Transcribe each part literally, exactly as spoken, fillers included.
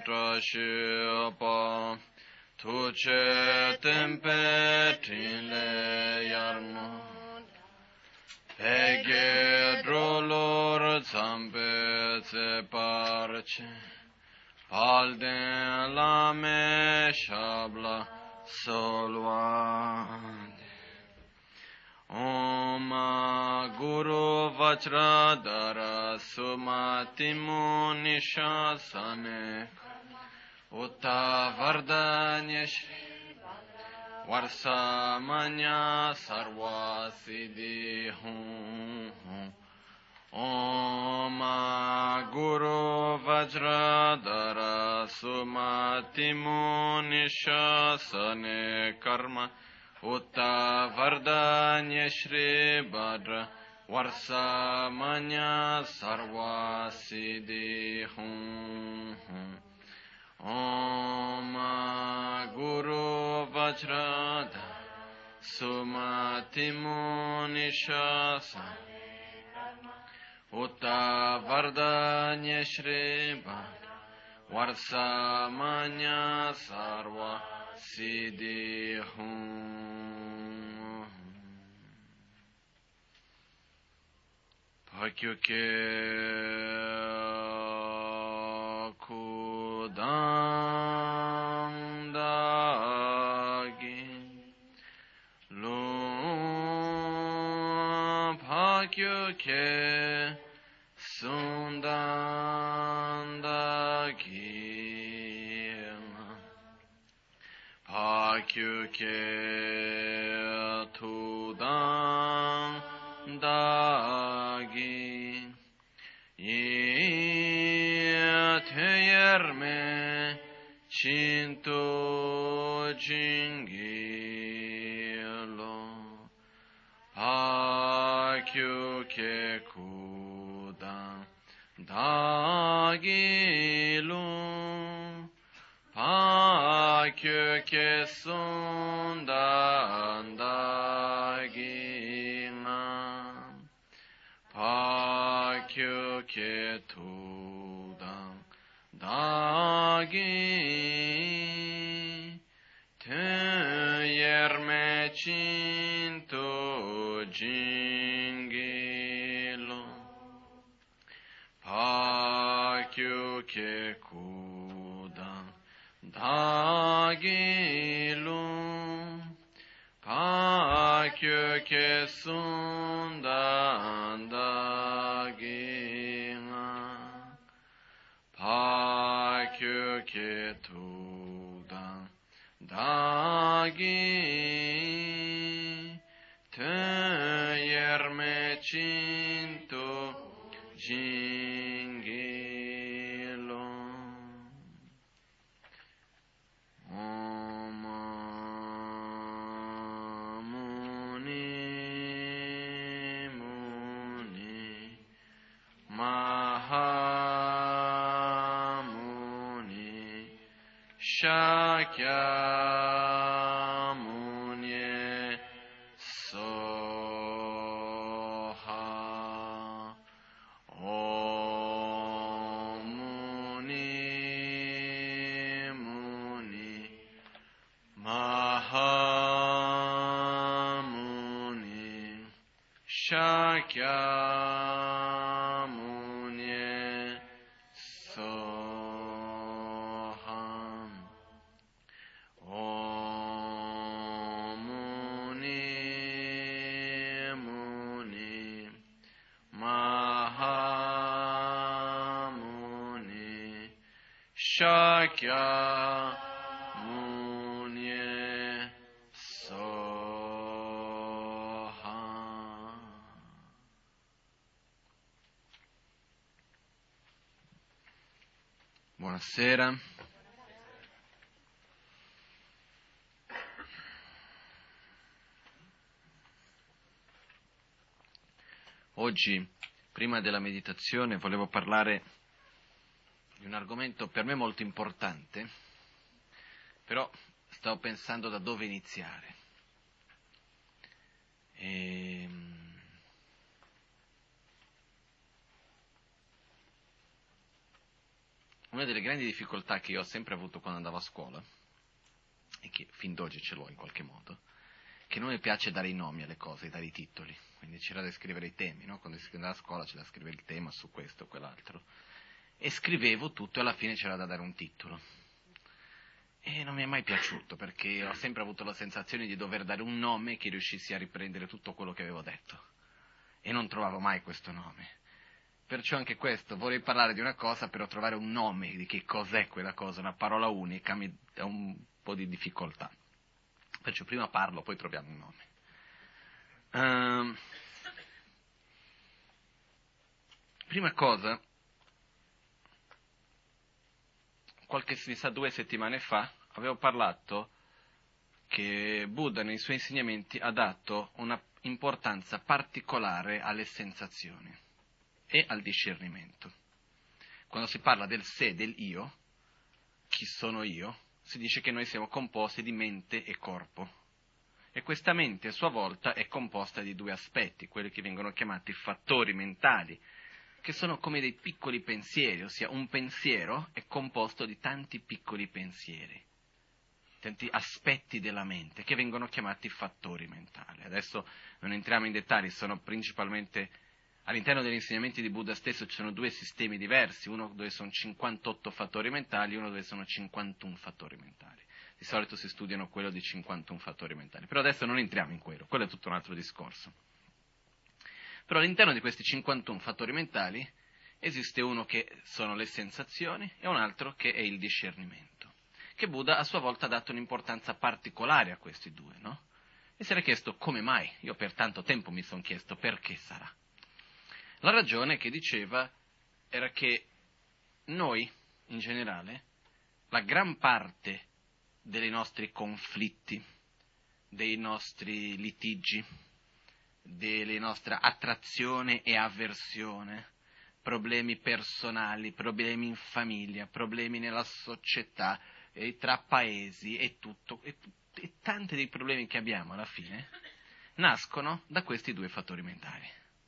Trashipa Tuche Tempe Trile Yarno Pege Drolor Zambe Zeparche Alden Lame Shabla Solvande Om Guru Vajradhara Sumati Munishasane Uta Vardanya Shri Varsamanya Sarva Siddhi Hum Om Guru Vajradhara Sumati Munishasane Karma Uta Vardanya Shri Bhadra Varsamanya Sarva Siddhi Hum Om Guru Vajradhara Sumati Munishasana Uta Vardanya Shri Bhadra Varsamanya Sarva Siddhi Hum Pakyuke Kudang Dagi Lum Pakyuke Sundan Dagi Pakyuke Tudang Dagi Yeteyerme Chinto Jingilo Pakyuke Kudang Dagilo Pakyuke Sundan Dagina Pakyuke Tudang Dagi Teyerme Chinto Jingilo Pakyuke Kudang Dagilo Pakyuke Sundan Dagina Pakyuke Tudang Dagi Teyerme Chinto Jingilo Om Muni Muni Mahamuni Shakyamuni Soha Om Muni Muni Mahamuni Shakyamuni Soham Om Muni Muni Mahamuni Shakyamuni Soham. Buonasera. Oggi, prima della meditazione, volevo parlare di un argomento per me molto importante, però stavo pensando da dove iniziare. E... un una delle grandi difficoltà che io ho sempre avuto quando andavo a scuola, e che fin d'oggi ce l'ho in qualche modo, che non mi piace dare i nomi alle cose, dare i titoli. Quindi c'era da scrivere i temi, no? Quando si andava a scuola c'era da scrivere il tema su questo o quell'altro. E scrivevo tutto e alla fine c'era da dare un titolo. E non mi è mai piaciuto, perché ho sempre avuto la sensazione di dover dare un nome che riuscissi a riprendere tutto quello che avevo detto. E non trovavo mai questo nome. Perciò anche questo, vorrei parlare di una cosa, però trovare un nome di che cos'è quella cosa, una parola unica, mi dà un po' di difficoltà. Perciò prima parlo, poi troviamo un nome. Uh, prima cosa, qualche, mi sa, due settimane fa, avevo parlato che Buddha nei suoi insegnamenti ha dato una importanza particolare alle sensazioni e al discernimento. Quando si parla del sé, del io, chi sono io, si dice che noi siamo composti di mente e corpo. E questa mente a sua volta è composta di due aspetti, quelli che vengono chiamati fattori mentali, che sono come dei piccoli pensieri, ossia un pensiero è composto di tanti piccoli pensieri, tanti aspetti della mente, che vengono chiamati fattori mentali. Adesso non entriamo in dettagli, sono principalmente, all'interno degli insegnamenti di Buddha stesso ci sono due sistemi diversi, uno dove sono cinquantotto fattori mentali, uno dove sono cinquantuno fattori mentali. Di solito si studiano quello di cinquantuno fattori mentali, però adesso non entriamo in quello, quello è tutto un altro discorso. Però all'interno di questi cinquantuno fattori mentali esiste uno che sono le sensazioni e un altro che è il discernimento, che Buddha a sua volta ha dato un'importanza particolare a questi due, no? E si era chiesto come mai, io per tanto tempo mi sono chiesto perché sarà. La ragione che diceva era che noi, in generale, la gran parte dei nostri conflitti, dei nostri litigi, della nostra attrazione e avversione, problemi personali, problemi in famiglia, problemi nella società, e tra paesi e tutto, e, e tanti dei problemi che abbiamo alla fine nascono da questi due fattori mentali,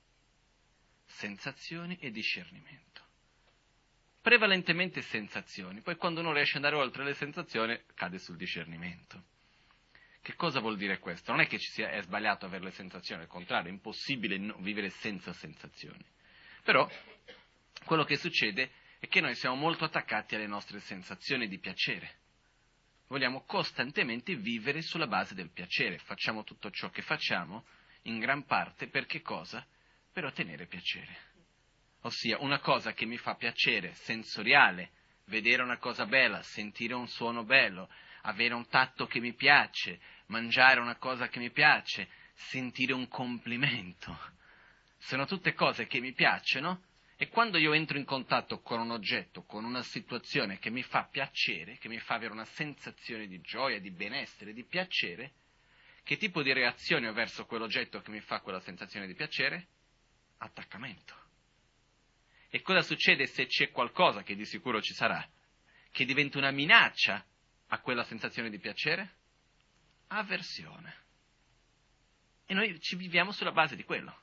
sensazioni e discernimento. Prevalentemente sensazioni, poi quando uno riesce ad andare oltre le sensazioni cade sul discernimento. Che cosa vuol dire questo? Non è che ci sia, è sbagliato avere le sensazioni, al contrario, è impossibile vivere senza sensazioni. Però quello che succede è che noi siamo molto attaccati alle nostre sensazioni di piacere. Vogliamo costantemente vivere sulla base del piacere, facciamo tutto ciò che facciamo, in gran parte, per che cosa? Per ottenere piacere. Ossia, una cosa che mi fa piacere, sensoriale, vedere una cosa bella, sentire un suono bello, avere un tatto che mi piace, mangiare una cosa che mi piace, sentire un complimento. Sono tutte cose che mi piacciono e quando io entro in contatto con un oggetto, con una situazione che mi fa piacere, che mi fa avere una sensazione di gioia, di benessere, di piacere, che tipo di reazione ho verso quell'oggetto che mi fa quella sensazione di piacere? Attaccamento. E cosa succede se c'è qualcosa, che di sicuro ci sarà, che diventa una minaccia a quella sensazione di piacere? Avversione. E noi ci viviamo sulla base di quello.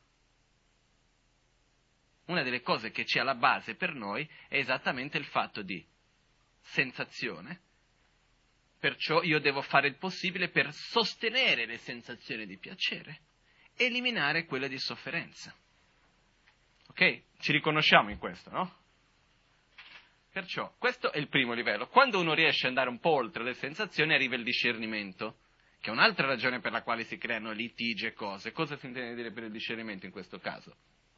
Una delle cose che c'è alla base per noi è esattamente il fatto di sensazione, perciò io devo fare il possibile per sostenere le sensazioni di piacere, eliminare quelle di sofferenza. Ok? Ci riconosciamo in questo, no? Perciò, questo è il primo livello. Quando uno riesce ad andare un po' oltre le sensazioni, arriva il discernimento, che è un'altra ragione per la quale si creano litigi e cose. Cosa si intende dire per il discernimento in questo caso?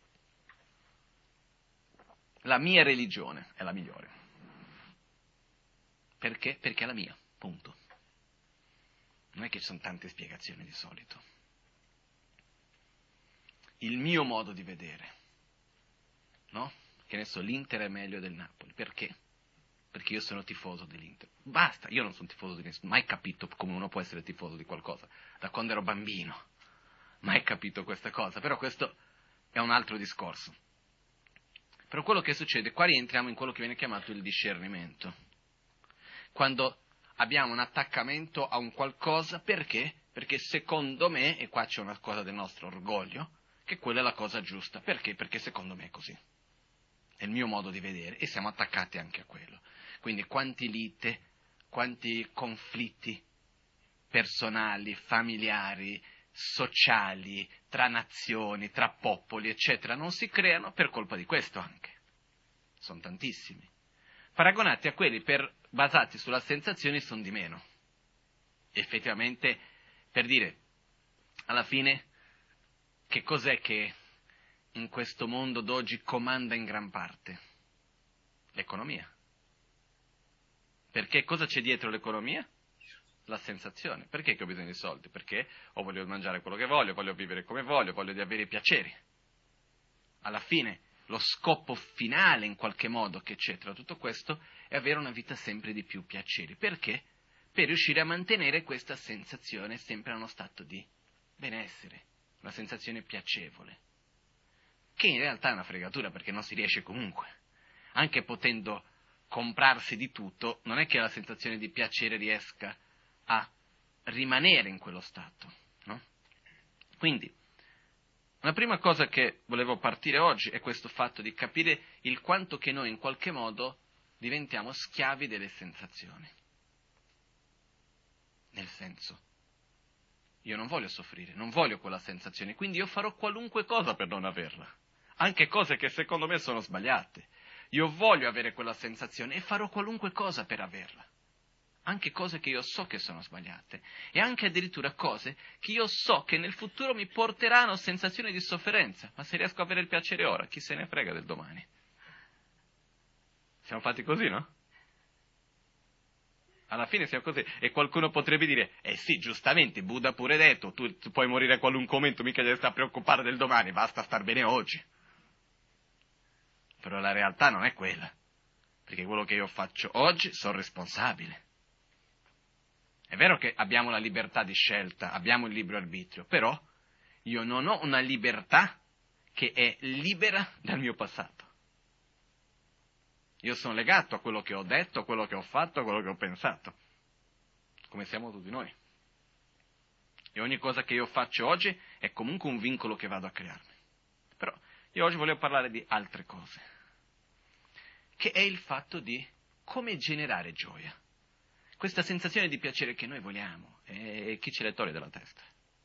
La mia religione è la migliore. Perché? Perché è la mia, punto. Non è che ci sono tante spiegazioni di solito. Il mio modo di vedere, no? Che ne so, l'Inter è meglio del Napoli. Perché? Perché io sono tifoso dell'Inter. Basta, io non sono tifoso di nessuno. Mai capito come uno può essere tifoso di qualcosa. Da quando ero bambino. Mai capito questa cosa. Però questo è un altro discorso. Però quello che succede, qua rientriamo in quello che viene chiamato il discernimento. Quando abbiamo un attaccamento a un qualcosa, perché? Perché secondo me, e qua c'è una cosa del nostro orgoglio, che quella è la cosa giusta. Perché? Perché secondo me è così. È il mio modo di vedere e siamo attaccati anche a quello. Quindi quanti lite, quanti conflitti personali, familiari, sociali, tra nazioni, tra popoli, eccetera, non si creano per colpa di questo anche. Sono tantissimi. Paragonati a quelli per, basati sulla sensazione sono di meno. Effettivamente, per dire, alla fine, che cos'è che in questo mondo d'oggi comanda in gran parte? L'economia. Perché cosa c'è dietro l'economia? La sensazione. Perché che ho bisogno di soldi? Perché o voglio mangiare quello che voglio, voglio vivere come voglio, voglio di avere i piaceri. Alla fine, lo scopo finale in qualche modo, che eccetera, tutto questo è avere una vita sempre di più piaceri. Perché? Per riuscire a mantenere questa sensazione sempre a uno stato di benessere, una sensazione piacevole, che in realtà è una fregatura perché non si riesce comunque. Anche potendo comprarsi di tutto, non è che la sensazione di piacere riesca a rimanere in quello stato, no? Quindi, la prima cosa che volevo partire oggi è questo fatto di capire il quanto che noi in qualche modo diventiamo schiavi delle sensazioni. Nel senso, io non voglio soffrire, non voglio quella sensazione, quindi io farò qualunque cosa per non averla, anche cose che secondo me sono sbagliate. Io voglio avere quella sensazione e farò qualunque cosa per averla, anche cose che io so che sono sbagliate, e anche addirittura cose che io so che nel futuro mi porteranno sensazioni di sofferenza, ma se riesco a avere il piacere ora, chi se ne frega del domani? Siamo fatti così, no? Alla fine siamo così, e qualcuno potrebbe dire, eh sì, giustamente, Buddha ha pure detto, tu, tu puoi morire a qualunque momento, mica devi stare a preoccupare del domani, basta star bene oggi. Però la realtà non è quella, perché quello che io faccio oggi sono responsabile. È vero che abbiamo la libertà di scelta, abbiamo il libero arbitrio, però io non ho una libertà che è libera dal mio passato. Io sono legato a quello che ho detto, a quello che ho fatto, a quello che ho pensato, come siamo tutti noi. E ogni cosa che io faccio oggi è comunque un vincolo che vado a crearmi. Però io oggi volevo parlare di altre cose, che è il fatto di come generare gioia. Questa sensazione di piacere che noi vogliamo, e chi ce le toglie dalla testa?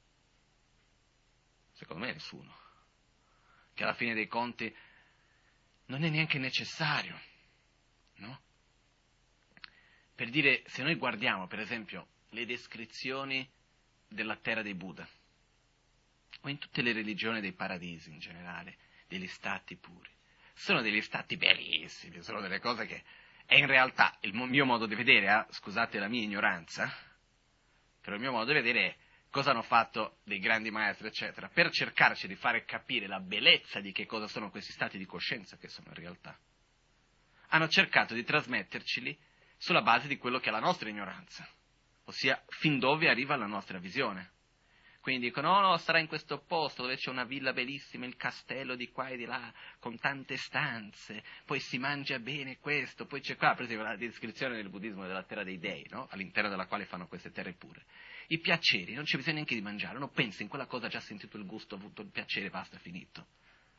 Secondo me nessuno. Che alla fine dei conti non è neanche necessario, no? Per dire, se noi guardiamo, per esempio, le descrizioni della terra dei Buddha, o in tutte le religioni dei paradisi in generale, degli stati puri, sono degli stati bellissimi, sono delle cose che, è in realtà, il mio modo di vedere, eh, scusate la mia ignoranza, però il mio modo di vedere è cosa hanno fatto dei grandi maestri, eccetera, per cercarci di fare capire la bellezza di che cosa sono questi stati di coscienza che sono in realtà. Hanno cercato di trasmetterceli sulla base di quello che è la nostra ignoranza, ossia fin dove arriva la nostra visione. Quindi dicono, no, no, sarà in questo posto dove c'è una villa bellissima, il castello di qua e di là, con tante stanze, poi si mangia bene questo, poi c'è qua, per esempio, la descrizione del buddismo della terra dei dei, no? All'interno della quale fanno queste terre pure. I piaceri, non c'è bisogno neanche di mangiare, uno pensa in quella cosa, ha già sentito il gusto, ha avuto il piacere, basta, finito.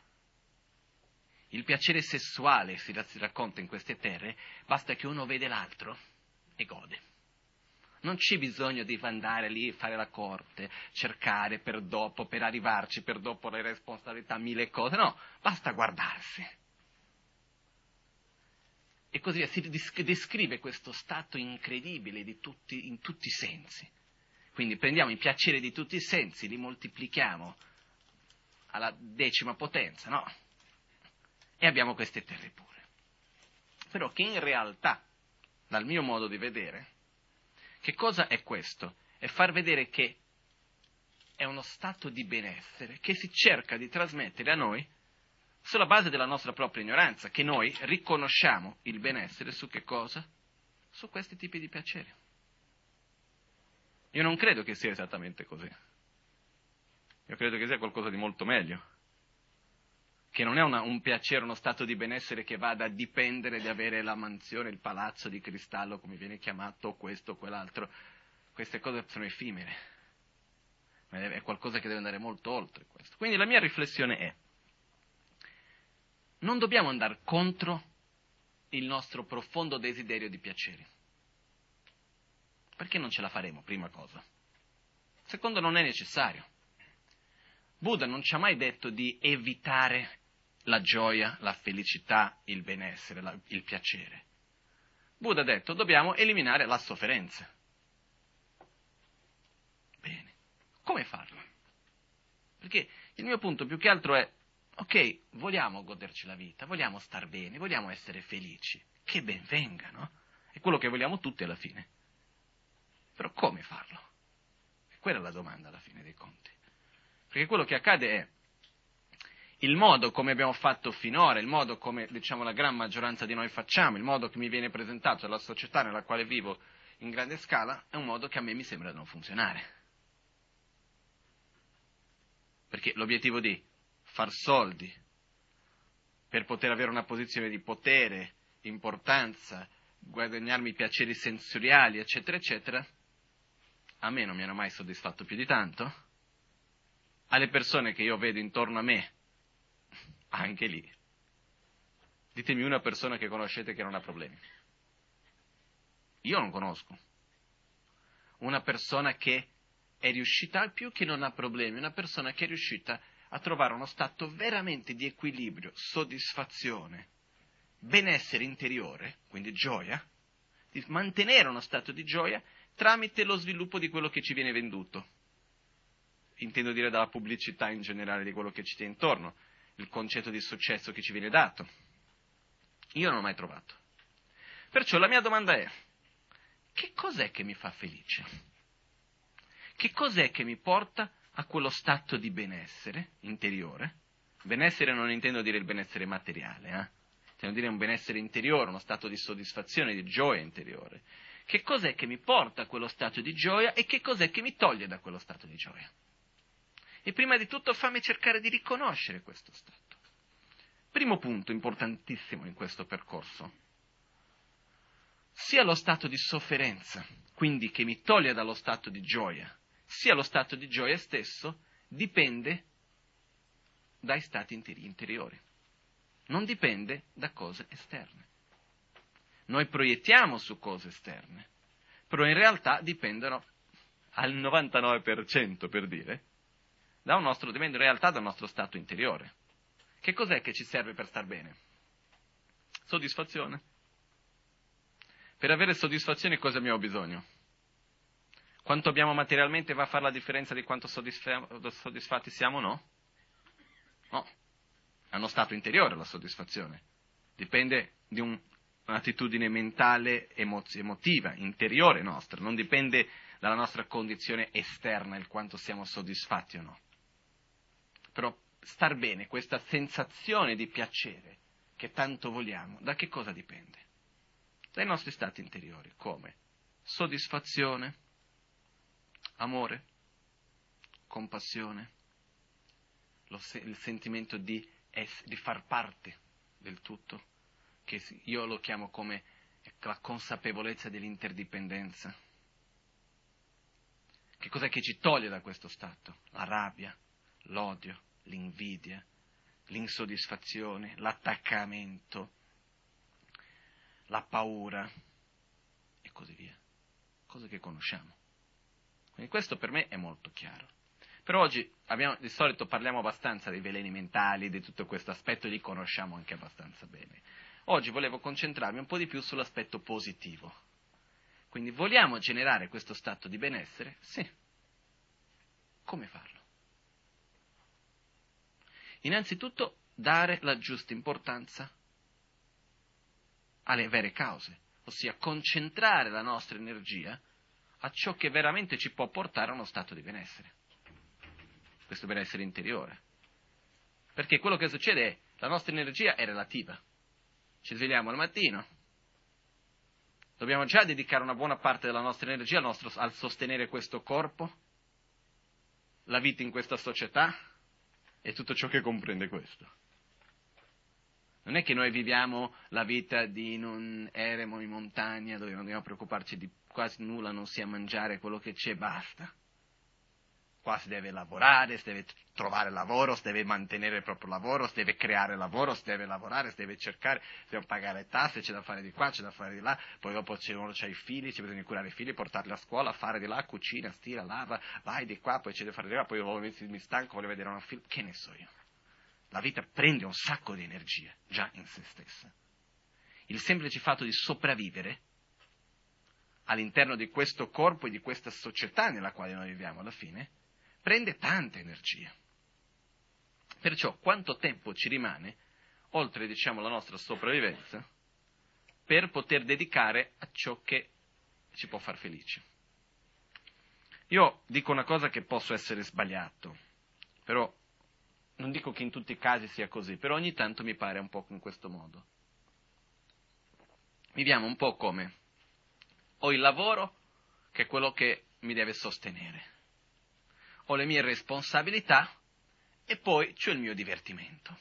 Il piacere sessuale, si racconta in queste terre, basta che uno vede l'altro e gode. Non c'è bisogno di andare lì, fare la corte, cercare per dopo, per arrivarci, per dopo le responsabilità, mille cose, no, basta guardarsi. E così via, si descrive questo stato incredibile di tutti, in tutti i sensi. Quindi prendiamo i piaceri di tutti i sensi, li moltiplichiamo alla decima potenza, no? E abbiamo queste terre pure. Però che in realtà, dal mio modo di vedere, che cosa è questo? È far vedere che è uno stato di benessere che si cerca di trasmettere a noi sulla base della nostra propria ignoranza, che noi riconosciamo il benessere su che cosa? Su questi tipi di piaceri. Io non credo che sia esattamente così. Io credo che sia qualcosa di molto meglio. Che non è una, un piacere, uno stato di benessere che vada a dipendere di avere la mansione, il palazzo di cristallo, come viene chiamato, questo o quell'altro. Queste cose sono effimere. È qualcosa che deve andare molto oltre questo. Quindi la mia riflessione è, non dobbiamo andare contro il nostro profondo desiderio di piacere. Perché non ce la faremo, prima cosa? Secondo, non è necessario. Buddha non ci ha mai detto di evitare la gioia, la felicità, il benessere, la, il piacere. Buddha ha detto dobbiamo eliminare la sofferenza. Bene, come farlo? Perché il mio punto più che altro è, ok, vogliamo goderci la vita, vogliamo star bene, vogliamo essere felici, che ben venga, no? È quello che vogliamo tutti alla fine. Però come farlo? Quella è la domanda alla fine dei conti. Perché quello che accade è il modo come abbiamo fatto finora, il modo come, diciamo, la gran maggioranza di noi facciamo, il modo che mi viene presentato dalla società nella quale vivo in grande scala, è un modo che a me mi sembra non funzionare. Perché l'obiettivo di far soldi per poter avere una posizione di potere, importanza, guadagnarmi piaceri sensoriali, eccetera, eccetera, a me non mi hanno mai soddisfatto più di tanto. Alle persone che io vedo intorno a me, anche lì. Ditemi una persona che conoscete che non ha problemi. Io non conosco. Una persona che è riuscita, al più che non ha problemi, una persona che è riuscita a trovare uno stato veramente di equilibrio, soddisfazione, benessere interiore, quindi gioia, di mantenere uno stato di gioia tramite lo sviluppo di quello che ci viene venduto. Intendo dire dalla pubblicità in generale di quello che ci tiene intorno, il concetto di successo che ci viene dato. Io non l'ho mai trovato. Perciò la mia domanda è, che cos'è che mi fa felice? Che cos'è che mi porta a quello stato di benessere interiore? Benessere non intendo dire il benessere materiale, eh? Intendo dire un benessere interiore, uno stato di soddisfazione, di gioia interiore. Che cos'è che mi porta a quello stato di gioia e che cos'è che mi toglie da quello stato di gioia? E prima di tutto fammi cercare di riconoscere questo stato. Primo punto importantissimo in questo percorso. Sia lo stato di sofferenza, quindi che mi toglie dallo stato di gioia, sia lo stato di gioia stesso, dipende dai stati interi- interiori. Non dipende da cose esterne. Noi proiettiamo su cose esterne, però in realtà dipendono al novantanove per cento, per dire, da un nostro, dipende in realtà dal nostro stato interiore. Che cos'è che ci serve per star bene? Soddisfazione. Per avere soddisfazione cosa abbiamo bisogno? Quanto abbiamo materialmente va a fare la differenza di quanto soddisfa- soddisfatti siamo o no? No. È uno stato interiore la soddisfazione. Dipende di un, un'attitudine mentale, emoz- emotiva, interiore nostra. Non dipende dalla nostra condizione esterna il quanto siamo soddisfatti o no. Però star bene, questa sensazione di piacere che tanto vogliamo, da che cosa dipende? Dai nostri stati interiori. Come? Soddisfazione, amore, compassione, lo se- il sentimento di, ess- di far parte del tutto, che io lo chiamo come la consapevolezza dell'interdipendenza. Che cos'è che ci toglie da questo stato? La rabbia, l'odio, l'invidia, l'insoddisfazione, l'attaccamento, la paura e così via. Cose che conosciamo. Quindi questo per me è molto chiaro. Però oggi abbiamo, di solito parliamo abbastanza dei veleni mentali, di tutto questo aspetto, li conosciamo anche abbastanza bene. Oggi volevo concentrarmi un po' di più sull'aspetto positivo. Quindi vogliamo generare questo stato di benessere? Sì. Come farlo? Innanzitutto dare la giusta importanza alle vere cause, ossia concentrare la nostra energia a ciò che veramente ci può portare a uno stato di benessere, questo benessere interiore. Perché quello che succede è, la nostra energia è relativa. Ci svegliamo al mattino, dobbiamo già dedicare una buona parte della nostra energia al, nostro, al sostenere questo corpo, la vita in questa società e tutto ciò che comprende questo. Non è che noi viviamo la vita di in un eremo in montagna dove non dobbiamo preoccuparci di quasi nulla, non sia mangiare quello che c'è, basta. Qua si deve lavorare, si deve trovare lavoro, si deve mantenere il proprio lavoro, si deve creare lavoro, si deve lavorare, si deve cercare, si deve pagare tasse, c'è da fare di qua, c'è da fare di là, poi dopo c'è, uno c'ha i figli, ci bisogna curare i figli, portarli a scuola, fare di là, cucina, stira, lava, vai di qua, poi c'è da fare di là, poi mi stanco, voglio vedere un film, che ne so io. La vita prende un sacco di energia, già in se stessa. Il semplice fatto di sopravvivere all'interno di questo corpo e di questa società nella quale noi viviamo alla fine, prende tanta energia. Perciò quanto tempo ci rimane, oltre diciamo la nostra sopravvivenza, per poter dedicare a ciò che ci può far felici? Io dico una cosa che posso essere sbagliato, però non dico che in tutti i casi sia così, però ogni tanto mi pare un po' in questo modo. Viviamo un po' come ho il lavoro, che è quello che mi deve sostenere, ho le mie responsabilità e poi c'ho il mio divertimento.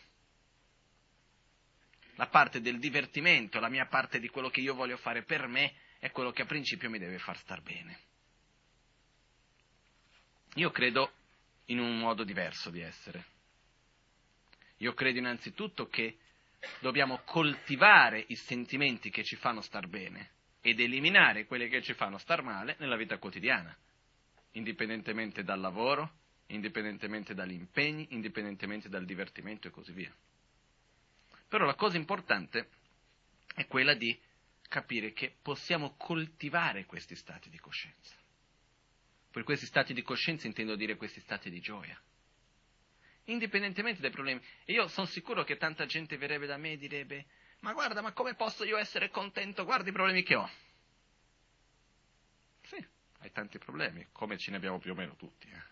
La parte del divertimento, la mia parte di quello che io voglio fare per me, è quello che a principio mi deve far star bene. Io credo in un modo diverso di essere. Io credo innanzitutto che dobbiamo coltivare i sentimenti che ci fanno star bene ed eliminare quelli che ci fanno star male nella vita quotidiana, indipendentemente dal lavoro, indipendentemente dagli impegni, indipendentemente dal divertimento e così via. Però la cosa importante è quella di capire che possiamo coltivare questi stati di coscienza. Per questi stati di coscienza intendo dire questi stati di gioia, indipendentemente dai problemi. E io sono sicuro che tanta gente verrebbe da me e direbbe: ma guarda, ma come posso io essere contento? Guarda i problemi che ho. Sì, hai tanti problemi, come ce ne abbiamo più o meno tutti. Eh.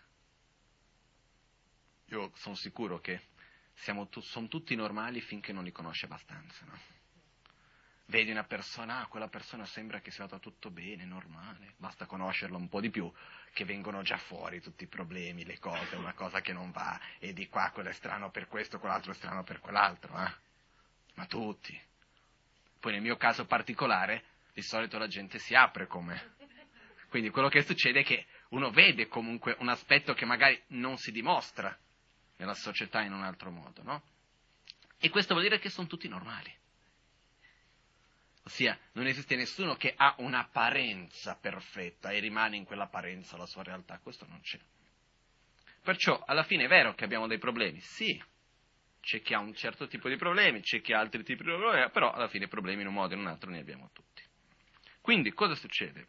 Io sono sicuro che siamo tu, sono tutti normali finché non li conosci abbastanza, no? Vedi una persona, ah, quella persona sembra che sia tutto bene, normale, basta conoscerla un po' di più, che vengono già fuori tutti i problemi, le cose, una cosa che non va, e di qua quello è strano per questo, quell'altro è strano per quell'altro, eh? Ma tutti. Poi nel mio caso particolare, di solito la gente si apre come. Quindi quello che succede è che uno vede comunque un aspetto che magari non si dimostra nella società in un altro modo, no? E questo vuol dire che sono tutti normali. Ossia, non esiste nessuno che ha un'apparenza perfetta e rimane in quell'apparenza la sua realtà, questo non c'è. Perciò, alla fine è vero che abbiamo dei problemi, sì, c'è chi ha un certo tipo di problemi, c'è chi ha altri tipi di problemi, però alla fine problemi in un modo o in un altro ne abbiamo tutti. Quindi, cosa succede?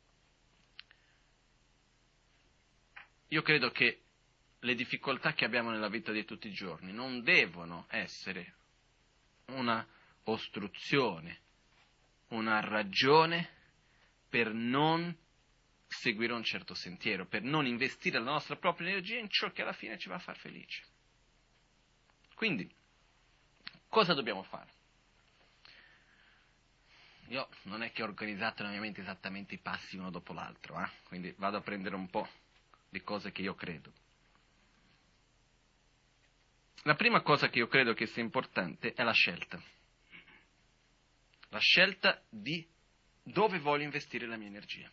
Io credo che le difficoltà che abbiamo nella vita di tutti i giorni non devono essere una ostruzione, una ragione per non seguire un certo sentiero, per non investire la nostra propria energia in ciò che alla fine ci va a far felice. Quindi, cosa dobbiamo fare? Io non è che ho organizzato nella mia mente esattamente i passi uno dopo l'altro, eh? Quindi vado a prendere un po' di cose che io credo. La prima cosa che io credo che sia importante è la scelta. La scelta di dove voglio investire la mia energia.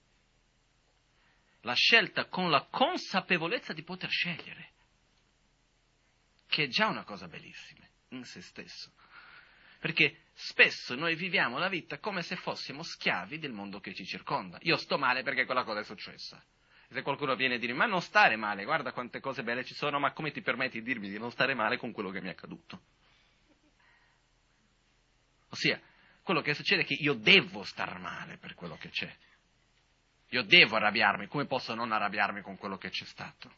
La scelta con la consapevolezza di poter scegliere, che è già una cosa bellissima in se stesso. Perché spesso noi viviamo la vita come se fossimo schiavi del mondo che ci circonda. Io sto male perché quella cosa è successa. E se qualcuno viene a dire: ma non stare male, guarda quante cose belle ci sono, ma come ti permetti di dirmi di non stare male con quello che mi è accaduto? Ossia, quello che succede è che io devo star male per quello che c'è. Io devo arrabbiarmi, come posso non arrabbiarmi con quello che c'è stato?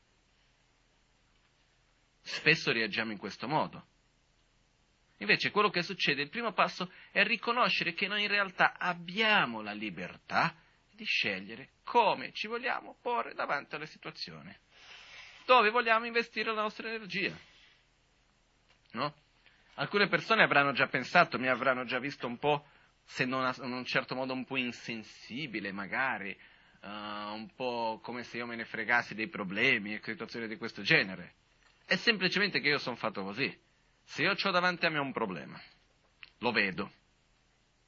Spesso reagiamo in questo modo. Invece quello che succede, il primo passo è riconoscere che noi in realtà abbiamo la libertà di scegliere come ci vogliamo porre davanti alle situazioni, dove vogliamo investire la nostra energia, no? Alcune persone avranno già pensato, mi avranno già visto un po', se non in un certo modo un po' insensibile magari, uh, un po' come se io me ne fregassi dei problemi e situazioni di questo genere. È semplicemente che io sono fatto così. Se io ho davanti a me un problema, lo vedo,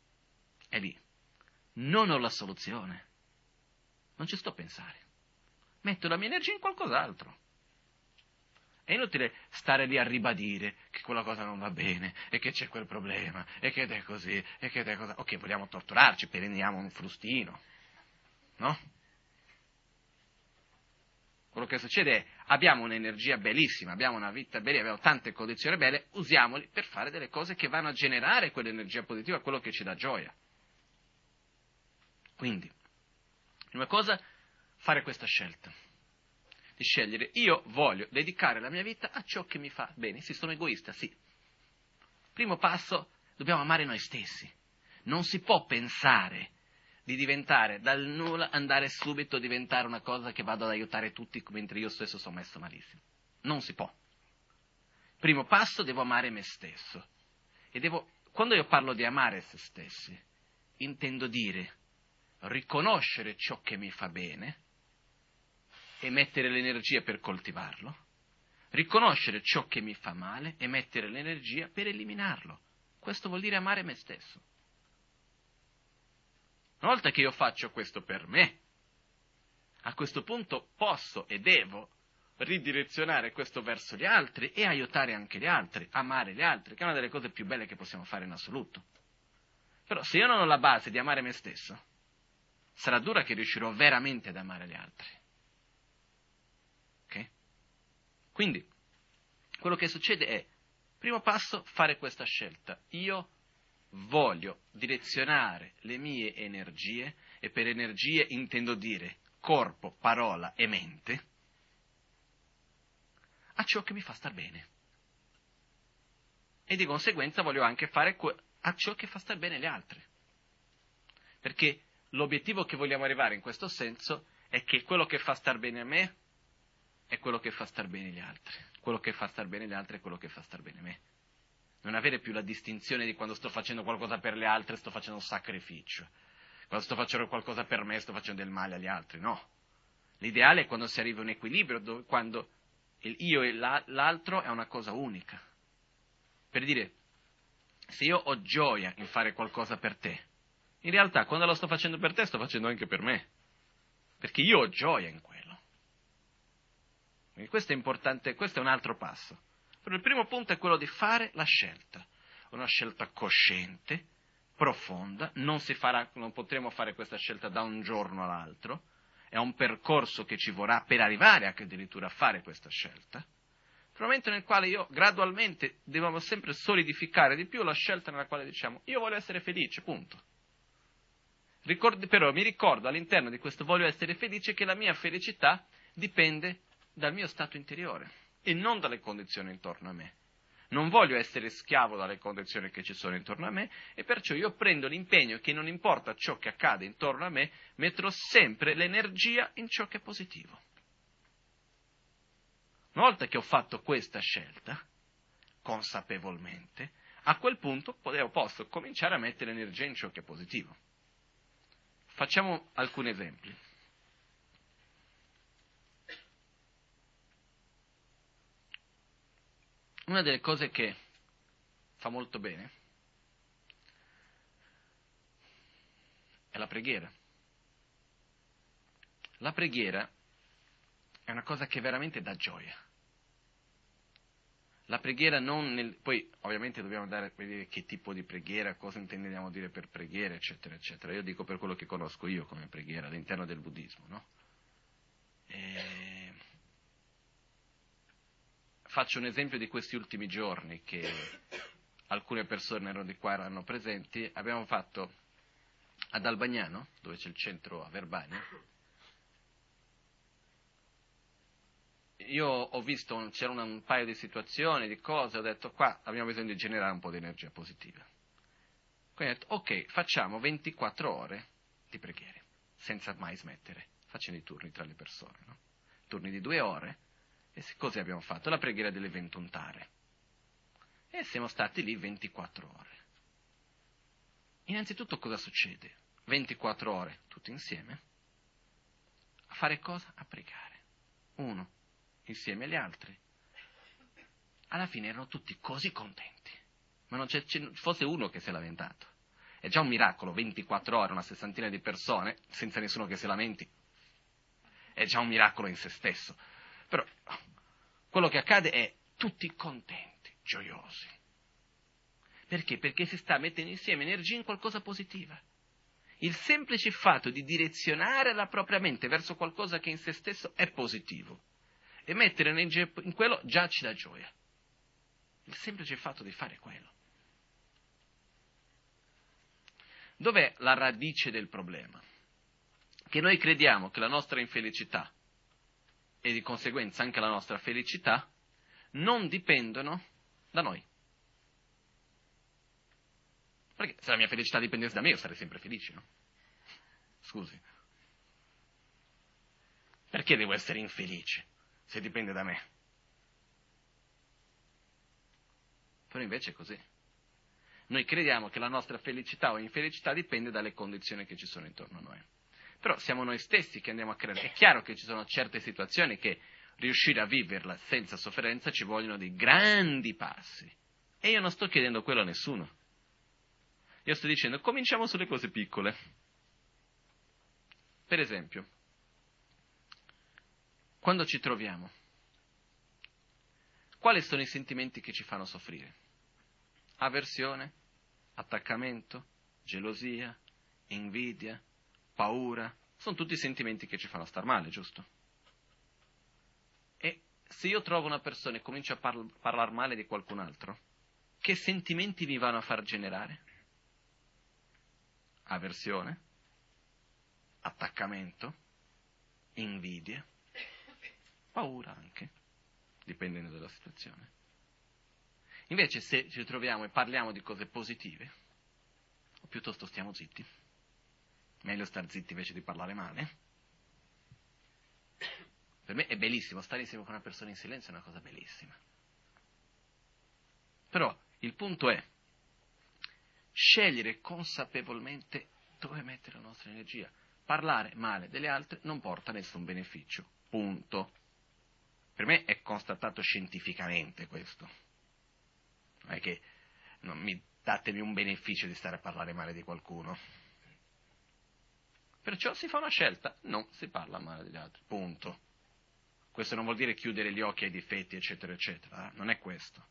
è lì. Non ho la soluzione, non ci sto a pensare. Metto la mia energia in qualcos'altro. È inutile stare lì a ribadire che quella cosa non va bene, e che c'è quel problema, e che è così, e che è così. Ok, vogliamo torturarci, prendiamo un frustino, no? Quello che succede è, abbiamo un'energia bellissima, abbiamo una vita bella, abbiamo tante condizioni belle, usiamoli per fare delle cose che vanno a generare quell'energia positiva, quello che ci dà gioia. Quindi, prima cosa, fare questa scelta. Di scegliere, io voglio dedicare la mia vita a ciò che mi fa bene. Sì, sono egoista, sì. Primo passo, dobbiamo amare noi stessi. Non si può pensare di diventare dal nulla, andare subito a diventare una cosa che vado ad aiutare tutti mentre io stesso sono messo malissimo. Non si può. Primo passo, devo amare me stesso. E devo, quando io parlo di amare se stessi, intendo dire riconoscere ciò che mi fa bene e mettere l'energia per coltivarlo, riconoscere ciò che mi fa male e mettere l'energia per eliminarlo. Questo vuol dire amare me stesso. Una volta che io faccio questo per me, a questo punto posso e devo ridirezionare questo verso gli altri e aiutare anche gli altri, amare gli altri, che è una delle cose più belle che possiamo fare in assoluto. Però se io non ho la base di amare me stesso, sarà dura che riuscirò veramente ad amare gli altri. Ok? Quindi, quello che succede è, primo passo, fare questa scelta. Io voglio direzionare le mie energie, e per energie intendo dire corpo, parola e mente, a ciò che mi fa star bene. E di conseguenza voglio anche fare que- a ciò che fa star bene gli altri. Perché l'obiettivo che vogliamo arrivare in questo senso è che quello che fa star bene a me è quello che fa star bene gli altri. Quello che fa star bene gli altri è quello che fa star bene me. Non avere più la distinzione di quando sto facendo qualcosa per le altre sto facendo un sacrificio. Quando sto facendo qualcosa per me sto facendo del male agli altri. No. L'ideale è quando si arriva a un equilibrio, dove, quando il io e l'altro è una cosa unica. Per dire, se io ho gioia in fare qualcosa per te, in realtà quando lo sto facendo per te sto facendo anche per me. Perché io ho gioia in quello. Quindi questo è importante, questo è un altro passo. Però il primo punto è quello di fare la scelta. Una scelta cosciente, profonda, non si farà, non potremo fare questa scelta da un giorno all'altro, è un percorso che ci vorrà per arrivare anche addirittura a fare questa scelta, per un momento nel quale io gradualmente devo sempre solidificare di più la scelta nella quale diciamo io voglio essere felice, punto. Ricordi, però mi ricordo all'interno di questo voglio essere felice che la mia felicità dipende dal mio stato interiore e non dalle condizioni intorno a me. Non voglio essere schiavo dalle condizioni che ci sono intorno a me e perciò io prendo l'impegno che non importa ciò che accade intorno a me, metterò sempre l'energia in ciò che è positivo. Una volta che ho fatto questa scelta, consapevolmente, a quel punto posso cominciare a mettere l'energia in ciò che è positivo. Facciamo alcuni esempi. Una delle cose che fa molto bene è la preghiera. La preghiera è una cosa che veramente dà gioia. La preghiera non nel... Poi ovviamente dobbiamo andare a vedere che tipo di preghiera, cosa intendiamo dire per preghiera, eccetera, eccetera. Io dico per quello che conosco io come preghiera all'interno del buddismo, no? E... Faccio un esempio di questi ultimi giorni che alcune persone erano di qua, erano presenti. Abbiamo fatto ad Albagnano, dove c'è il centro a Verbania. Io ho visto, c'era un, un paio di situazioni, di cose, ho detto qua abbiamo bisogno di generare un po' di energia positiva. Quindi ho detto ok, facciamo ventiquattro ore di preghiere, senza mai smettere, facendo i turni tra le persone, no? Turni di due ore. E cosa abbiamo fatto? La preghiera delle ventuno tare. E siamo stati lì ventiquattro ore. Innanzitutto cosa succede? ventiquattro ore, tutti insieme, a fare cosa? A pregare. Uno, insieme agli altri. Alla fine erano tutti così contenti. Ma non c'è, c'è fosse uno che si è lamentato. È già un miracolo, ventiquattro ore, una sessantina di persone, senza nessuno che si lamenti. è già un miracolo in se stesso. Però quello che accade è tutti contenti, gioiosi. Perché? Perché si sta mettendo insieme energia in qualcosa positiva. Il semplice fatto di direzionare la propria mente verso qualcosa che in se stesso è positivo e mettere energia in quello già ci dà gioia. Il semplice fatto di fare quello. Dov'è la radice del problema? Che noi crediamo che la nostra infelicità e di conseguenza anche la nostra felicità non dipendono da noi. Perché se la mia felicità dipendesse da me io sarei sempre felice, no? Scusi. Perché devo essere infelice se dipende da me? Però invece è così. Noi crediamo che la nostra felicità o infelicità dipende dalle condizioni che ci sono intorno a noi. Però siamo noi stessi che andiamo a creare. È chiaro che ci sono certe situazioni che riuscire a viverla senza sofferenza ci vogliono dei grandi passi. E io non sto chiedendo quello a nessuno. Io sto dicendo, cominciamo sulle cose piccole. Per esempio, quando ci troviamo, quali sono i sentimenti che ci fanno soffrire? Avversione, attaccamento, gelosia, invidia, paura, sono tutti sentimenti che ci fanno star male, giusto? E se io trovo una persona e comincio a parl- parlare male di qualcun altro, che sentimenti mi vanno a far generare? Avversione, attaccamento, invidia, paura anche, dipendendo dalla situazione. Invece se ci troviamo e parliamo di cose positive, o piuttosto stiamo zitti, meglio star zitti invece di parlare male. Per me è bellissimo, stare insieme con una persona in silenzio è una cosa bellissima. Però il punto è scegliere consapevolmente dove mettere la nostra energia. Parlare male delle altre non porta nessun beneficio, punto. Per me è constatato scientificamente questo. Non è che non mi datemi un beneficio di stare a parlare male di qualcuno. Perciò si fa una scelta, non si parla male degli altri, punto. Questo non vuol dire chiudere gli occhi ai difetti, eccetera, eccetera, eh? Non è questo.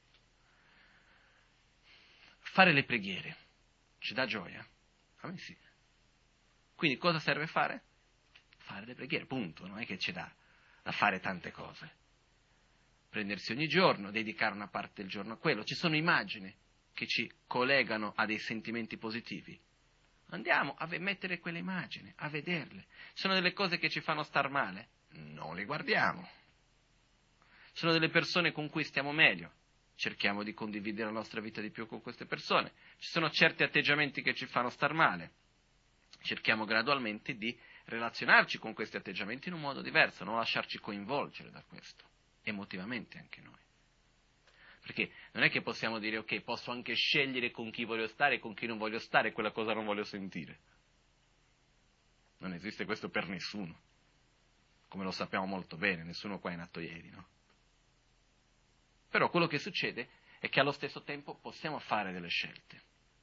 Fare le preghiere ci dà gioia? A me sì. Quindi cosa serve fare? Fare le preghiere, punto, non è che ci dà da fare tante cose. Prendersi ogni giorno, dedicare una parte del giorno a quello. Ci sono immagini che ci collegano a dei sentimenti positivi. Andiamo a mettere quelle immagini, a vederle. Sono delle cose che ci fanno star male? Non le guardiamo. Sono delle persone con cui stiamo meglio? Cerchiamo di condividere la nostra vita di più con queste persone. Ci sono certi atteggiamenti che ci fanno star male. Cerchiamo gradualmente di relazionarci con questi atteggiamenti in un modo diverso, non lasciarci coinvolgere da questo, emotivamente anche noi. Perché non è che possiamo dire, ok, posso anche scegliere con chi voglio stare e con chi non voglio stare e quella cosa non voglio sentire. Non esiste questo per nessuno. Come lo sappiamo molto bene, nessuno qua è nato ieri, no? Però quello che succede è che allo stesso tempo possiamo fare delle scelte.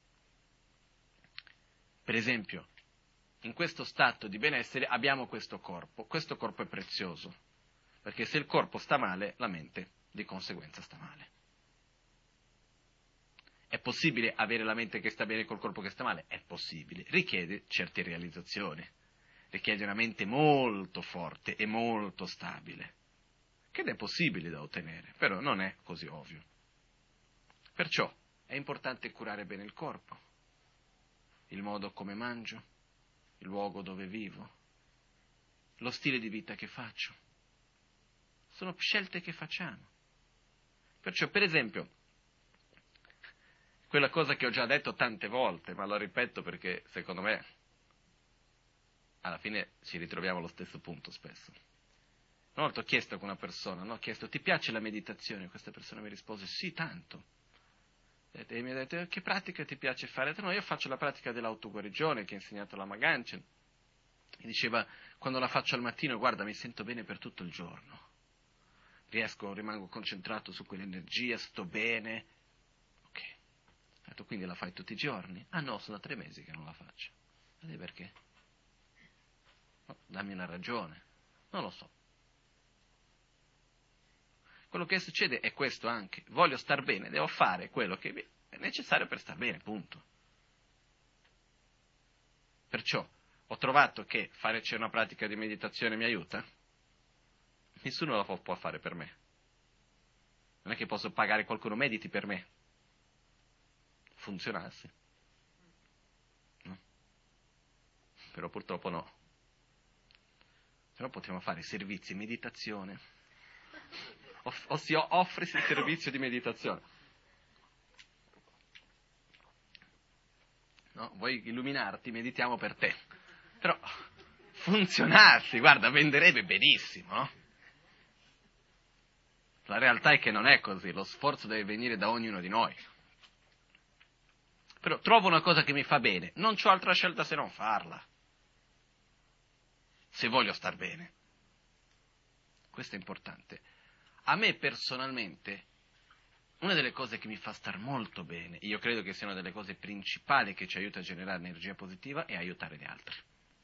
Per esempio, in questo stato di benessere abbiamo questo corpo. Questo corpo è prezioso, perché se il corpo sta male, la mente di conseguenza sta male. È possibile avere la mente che sta bene col corpo che sta male? È possibile, richiede certe realizzazioni, richiede una mente molto forte e molto stabile, che è possibile da ottenere, però non è così ovvio. Perciò è importante curare bene il corpo, il modo come mangio, il luogo dove vivo, lo stile di vita che faccio. Sono scelte che facciamo. Perciò, per esempio, quella cosa che ho già detto tante volte, ma lo ripeto perché secondo me alla fine ci ritroviamo allo stesso punto spesso. Una volta ho chiesto con una persona, no? ho chiesto, ti piace la meditazione? Questa persona mi rispose, sì, tanto. E mi ha detto, che pratica ti piace fare? Ho detto, no, io faccio la pratica dell'autoguarigione che ha insegnato la Maganchen. Mi diceva, quando la faccio al mattino, guarda, mi sento bene per tutto il giorno. Riesco, rimango concentrato su quell'energia, sto bene. Ok. Ho detto, quindi la fai tutti i giorni? Ah no, sono da tre mesi che non la faccio. E perché? No, dammi una ragione. Non lo so. Quello che succede è questo anche. Voglio star bene, devo fare quello che è necessario per star bene, punto. Perciò ho trovato che fare c'è una pratica di meditazione mi aiuta. Nessuno la può fare per me. Non è che posso pagare qualcuno mediti per me. Funzionasse. No? Però purtroppo no. Però potremmo fare servizi di meditazione. Off- ossia offrisi il servizio di meditazione. No? Vuoi illuminarti? Meditiamo per te. Però funzionarsi, guarda, venderebbe benissimo, no? La realtà è che non è così, lo sforzo deve venire da ognuno di noi. Però trovo una cosa che mi fa bene, non c'ho altra scelta se non farla. Se voglio star bene. Questo è importante. A me personalmente, una delle cose che mi fa star molto bene, io credo che sia una delle cose principali che ci aiuta a generare energia positiva, è aiutare gli altri.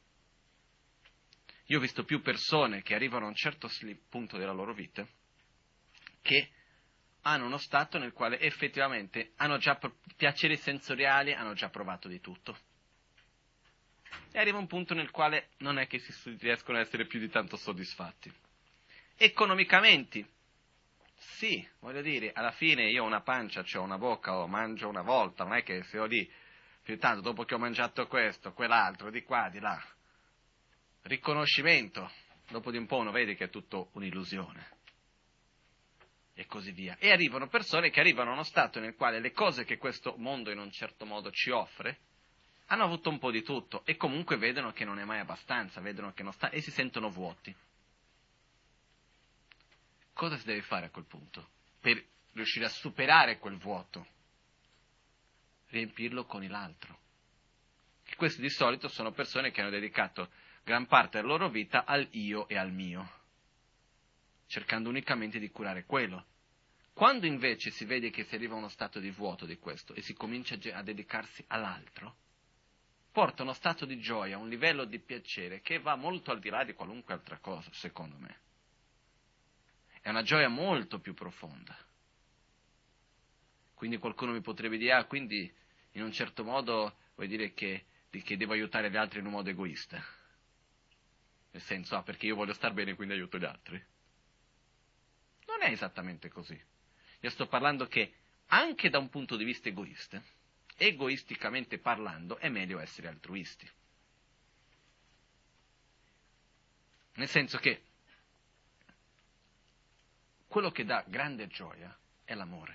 Io ho visto più persone che arrivano a un certo punto della loro vita che hanno uno stato nel quale effettivamente hanno già piaceri sensoriali, hanno già provato di tutto. E arriva un punto nel quale non è che si riescono a essere più di tanto soddisfatti. Economicamente, sì, voglio dire, alla fine io ho una pancia, ho una bocca, o mangio una volta, non è che se ho lì più tanto dopo che ho mangiato questo, quell'altro, di qua, di là. Riconoscimento, dopo di un po' uno vede che è tutto un'illusione. E così via. E arrivano persone che arrivano a uno stato nel quale le cose che questo mondo in un certo modo ci offre hanno avuto un po' di tutto e comunque vedono che non è mai abbastanza, vedono che non sta e si sentono vuoti. Cosa si deve fare a quel punto? Per riuscire a superare quel vuoto? Riempirlo con l'altro. E questi di solito sono persone che hanno dedicato gran parte della loro vita al io e al mio, cercando unicamente di curare quello. Quando invece si vede che si arriva a uno stato di vuoto di questo e si comincia a dedicarsi all'altro, porta uno stato di gioia, un livello di piacere che va molto al di là di qualunque altra cosa, secondo me. È una gioia molto più profonda. Quindi qualcuno mi potrebbe dire, ah, quindi in un certo modo vuoi dire che, che devo aiutare gli altri in un modo egoista? Nel senso, ah, perché io voglio star bene quindi aiuto gli altri? Non è esattamente così. Io sto parlando che anche da un punto di vista egoista, egoisticamente parlando, è meglio essere altruisti. Nel senso che quello che dà grande gioia è l'amore.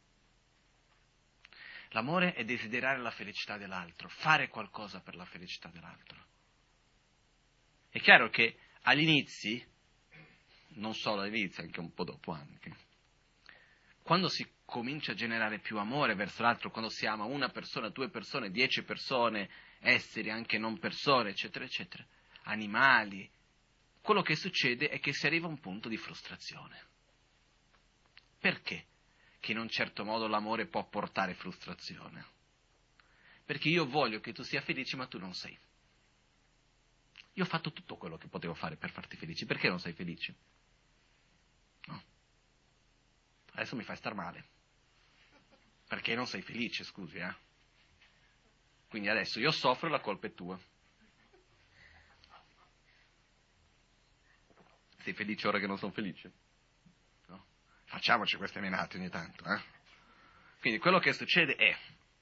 L'amore è desiderare la felicità dell'altro, fare qualcosa per la felicità dell'altro. È chiaro che agli inizi, non solo all'inizio, anche un po' dopo anche, quando si comincia a generare più amore verso l'altro, quando si ama una persona, due persone, dieci persone, esseri, anche non persone, eccetera, eccetera, animali, quello che succede è che si arriva a un punto di frustrazione. Perché? Che in un certo modo l'amore può portare frustrazione. Perché io voglio che tu sia felice, ma tu non sei. Io ho fatto tutto quello che potevo fare per farti felice, perché non sei felice? No. Adesso mi fai star male. Perché non sei felice, scusi, eh? Quindi adesso io soffro e la colpa è tua. Sei felice ora che non sono felice? No? Facciamoci queste menate ogni tanto, eh? Quindi quello che succede è,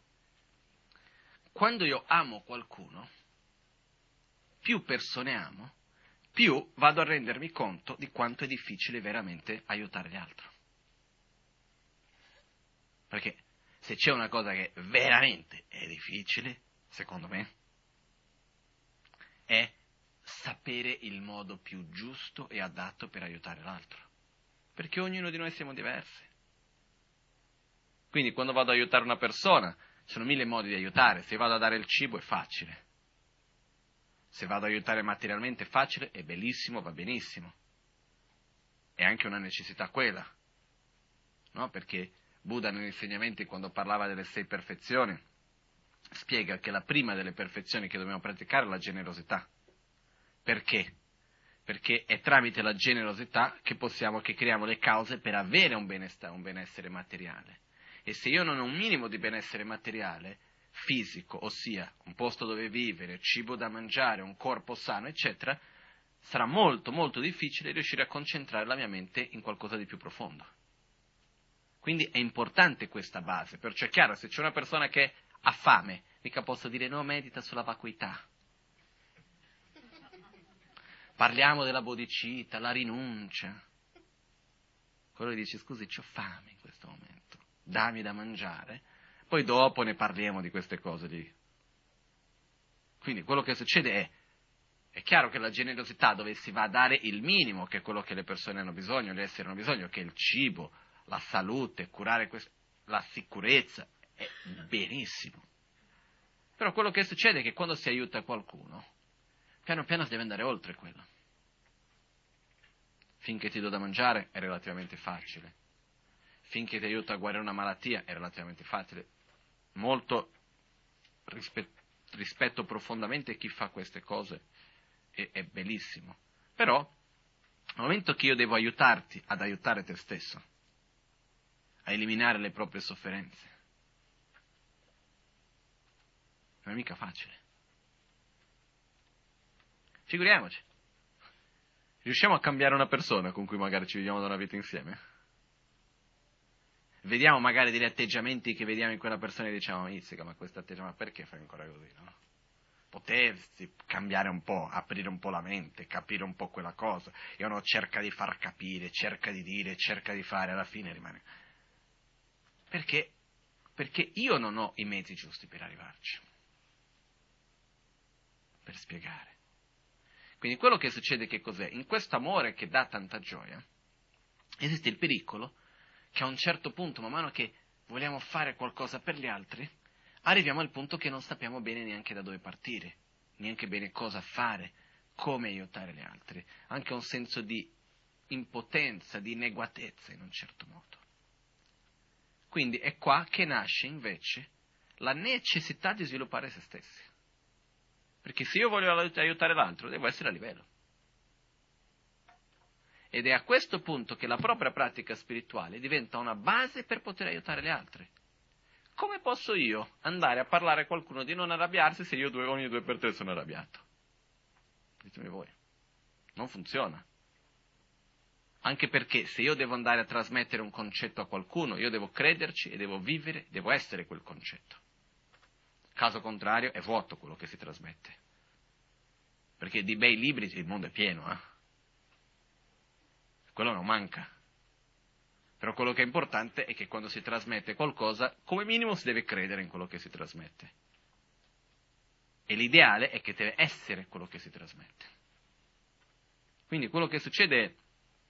quando io amo qualcuno, più persone amo, più vado a rendermi conto di quanto è difficile veramente aiutare gli altri. Perché se c'è una cosa che veramente è difficile, secondo me, è sapere il modo più giusto e adatto per aiutare l'altro. Perché ognuno di noi siamo diversi. Quindi quando vado ad aiutare una persona, ci sono mille modi di aiutare. Se vado a dare il cibo è facile. Se vado ad aiutare materialmente è facile, è bellissimo, va benissimo. È anche una necessità quella. No? Perché Buddha negli insegnamenti, quando parlava delle sei perfezioni, spiega che la prima delle perfezioni che dobbiamo praticare è la generosità. Perché? perché è tramite la generosità che possiamo, che creiamo le cause per avere un benessere, un benessere materiale. E se io non ho un minimo di benessere materiale, fisico, ossia un posto dove vivere, cibo da mangiare, un corpo sano, eccetera, sarà molto molto difficile riuscire a concentrare la mia mente in qualcosa di più profondo. Quindi è importante questa base, perciò è chiaro, se c'è una persona che ha fame, mica posso dire no, medita sulla vacuità. Parliamo della bodhicitta, la rinuncia. Quello dice, scusi, c'ho fame in questo momento, dammi da mangiare, poi dopo ne parliamo di queste cose lì. Quindi quello che succede è, è chiaro che la generosità dove si va a dare il minimo, che è quello che le persone hanno bisogno, gli esseri hanno bisogno, che è il cibo, la salute, curare quest- la sicurezza, è benissimo. Però quello che succede è che quando si aiuta qualcuno, piano piano si deve andare oltre quello. Finché ti do da mangiare è relativamente facile. Finché ti aiuto a guarire una malattia è relativamente facile. Molto rispe- rispetto profondamente chi fa queste cose, è, è bellissimo. Però, nel momento che io devo aiutarti ad aiutare te stesso, a eliminare le proprie sofferenze, non è mica facile. Figuriamoci. Riusciamo a cambiare una persona con cui magari ci viviamo da una vita insieme? Vediamo magari degli atteggiamenti che vediamo in quella persona e diciamo, Izzica, ma questo atteggiamento, ma perché fai ancora così, no? Potersi cambiare un po', aprire un po' la mente, capire un po' quella cosa. E uno cerca di far capire, cerca di dire, cerca di fare, alla fine rimane. Perché? Perché io non ho i mezzi giusti per arrivarci, per spiegare. Quindi quello che succede che cos'è? In questo amore che dà tanta gioia, esiste il pericolo che a un certo punto, man mano che vogliamo fare qualcosa per gli altri, arriviamo al punto che non sappiamo bene neanche da dove partire, neanche bene cosa fare, come aiutare gli altri, anche un senso di impotenza, di inadeguatezza in un certo modo. Quindi è qua che nasce invece la necessità di sviluppare se stessi. Perché se io voglio aiutare l'altro, devo essere a livello. Ed è a questo punto che la propria pratica spirituale diventa una base per poter aiutare gli altri. Come posso io andare a parlare a qualcuno di non arrabbiarsi se io due, ogni due per tre sono arrabbiato? Ditemi voi. Non funziona. Anche perché se io devo andare a trasmettere un concetto a qualcuno, io devo crederci e devo vivere, devo essere quel concetto. Caso contrario è vuoto quello che si trasmette. Perché di bei libri il mondo è pieno, eh? Quello non manca. Però quello che è importante è che quando si trasmette qualcosa, come minimo si deve credere in quello che si trasmette. E l'ideale è che deve essere quello che si trasmette. Quindi quello che succede è,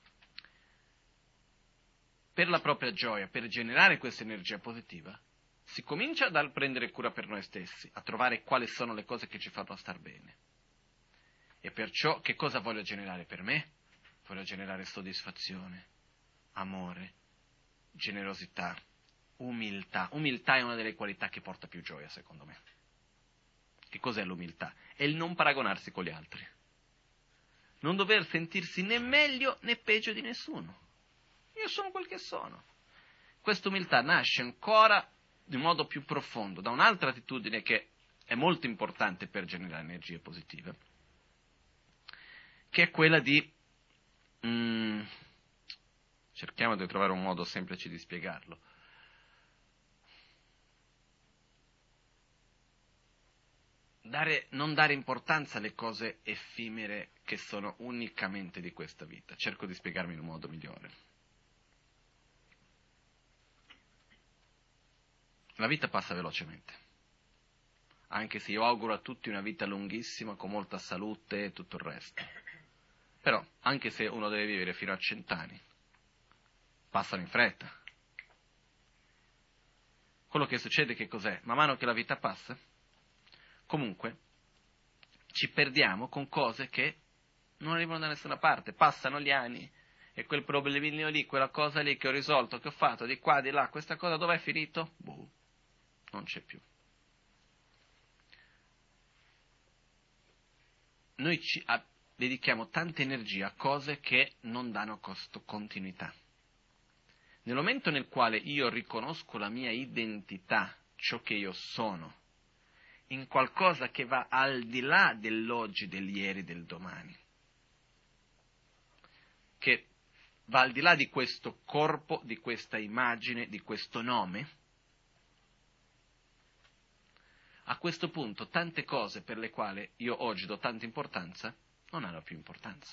per la propria gioia, per generare questa energia positiva, si comincia dal prendere cura per noi stessi, a trovare quali sono le cose che ci fanno star bene. E perciò che cosa voglio generare per me? Voglio generare soddisfazione, amore, generosità, umiltà. Umiltà è una delle qualità che porta più gioia, secondo me. Che cos'è l'umiltà? È il non paragonarsi con gli altri. Non dover sentirsi né meglio né peggio di nessuno. Io sono quel che sono. Questa umiltà nasce ancora in modo più profondo da un'altra attitudine che è molto importante per generare energie positive, che è quella di Mm, cerchiamo di trovare un modo semplice di spiegarlo. Dare, non dare importanza alle cose effimere che sono unicamente di questa vita. Cerco di spiegarmi in un modo migliore. La vita passa velocemente, anche se io auguro a tutti una vita lunghissima con molta salute e tutto il resto. Però, anche se uno deve vivere fino a cent'anni, passano in fretta. Quello che succede che cos'è? Man mano che la vita passa, comunque, ci perdiamo con cose che non arrivano da nessuna parte. Passano gli anni e quel problemino lì, quella cosa lì che ho risolto, che ho fatto di qua, di là, questa cosa dov'è finito? Boh, non c'è più. Noi ci, dedichiamo tanta energia a cose che non danno costo continuità. Nel momento nel quale io riconosco la mia identità, ciò che io sono, in qualcosa che va al di là dell'oggi, dell'ieri, del domani, che va al di là di questo corpo, di questa immagine, di questo nome, a questo punto tante cose per le quali io oggi do tanta importanza non hanno più importanza.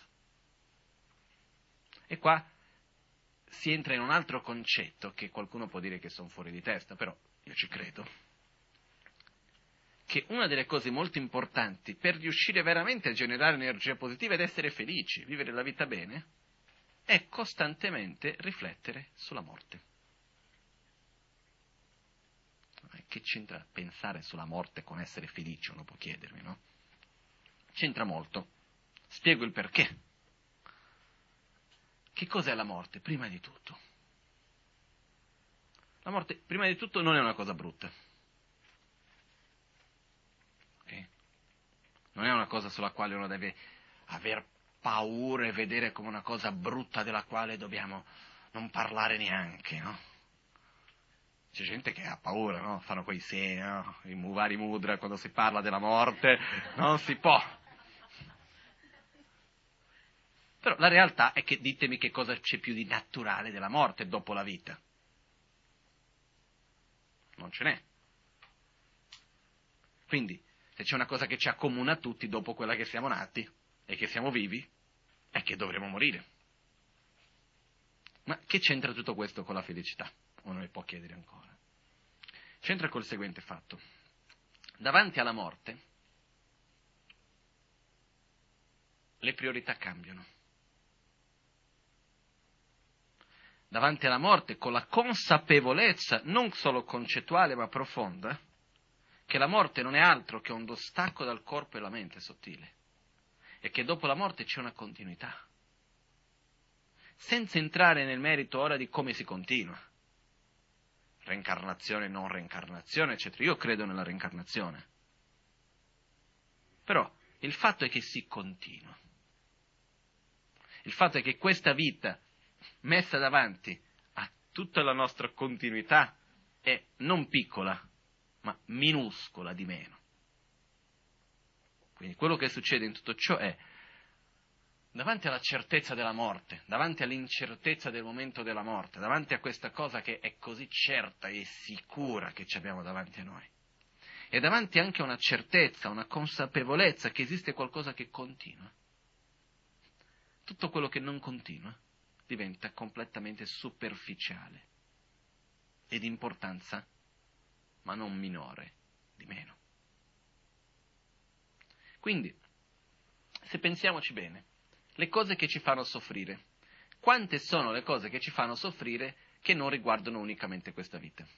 E qua si entra in un altro concetto che qualcuno può dire che sono fuori di testa, però io ci credo, che una delle cose molto importanti per riuscire veramente a generare energia positiva ed essere felici, vivere la vita bene, è costantemente riflettere sulla morte. Che c'entra pensare sulla morte con essere felice, uno può chiedermi, no? C'entra molto. Spiego il perché. Che cos'è la morte? Prima di tutto. La morte, prima di tutto, non è una cosa brutta. Okay? Non è una cosa sulla quale uno deve aver paura e vedere come una cosa brutta della quale dobbiamo non parlare neanche, no? C'è gente che ha paura, no? Fanno quei segni, no? I vari mudra, quando si parla della morte, non si può. Però la realtà è che ditemi che cosa c'è più di naturale della morte dopo la vita. Non ce n'è. Quindi, se c'è una cosa che ci accomuna tutti dopo quella che siamo nati e che siamo vivi, è che dovremo morire. Ma che c'entra tutto questo con la felicità? Uno mi può chiedere ancora. C'entra col seguente fatto. Davanti alla morte, le priorità cambiano. Davanti alla morte, con la consapevolezza, non solo concettuale ma profonda, che la morte non è altro che un distacco dal corpo e la mente sottile, e che dopo la morte c'è una continuità. Senza entrare nel merito ora di come si continua. Reincarnazione, non reincarnazione, eccetera. Io credo nella reincarnazione. Però il fatto è che si continua. Il fatto è che questa vita, messa davanti a tutta la nostra continuità, è non piccola, ma minuscola di meno. Quindi quello che succede in tutto ciò è, davanti alla certezza della morte, davanti all'incertezza del momento della morte, davanti a questa cosa che è così certa e sicura che ci abbiamo davanti a noi, e davanti anche a una certezza, una consapevolezza che esiste qualcosa che continua, tutto quello che non continua diventa completamente superficiale e di importanza, ma non minore, di meno. Quindi, se pensiamoci bene, le cose che ci fanno soffrire, quante sono le cose che ci fanno soffrire che non riguardano unicamente questa vita?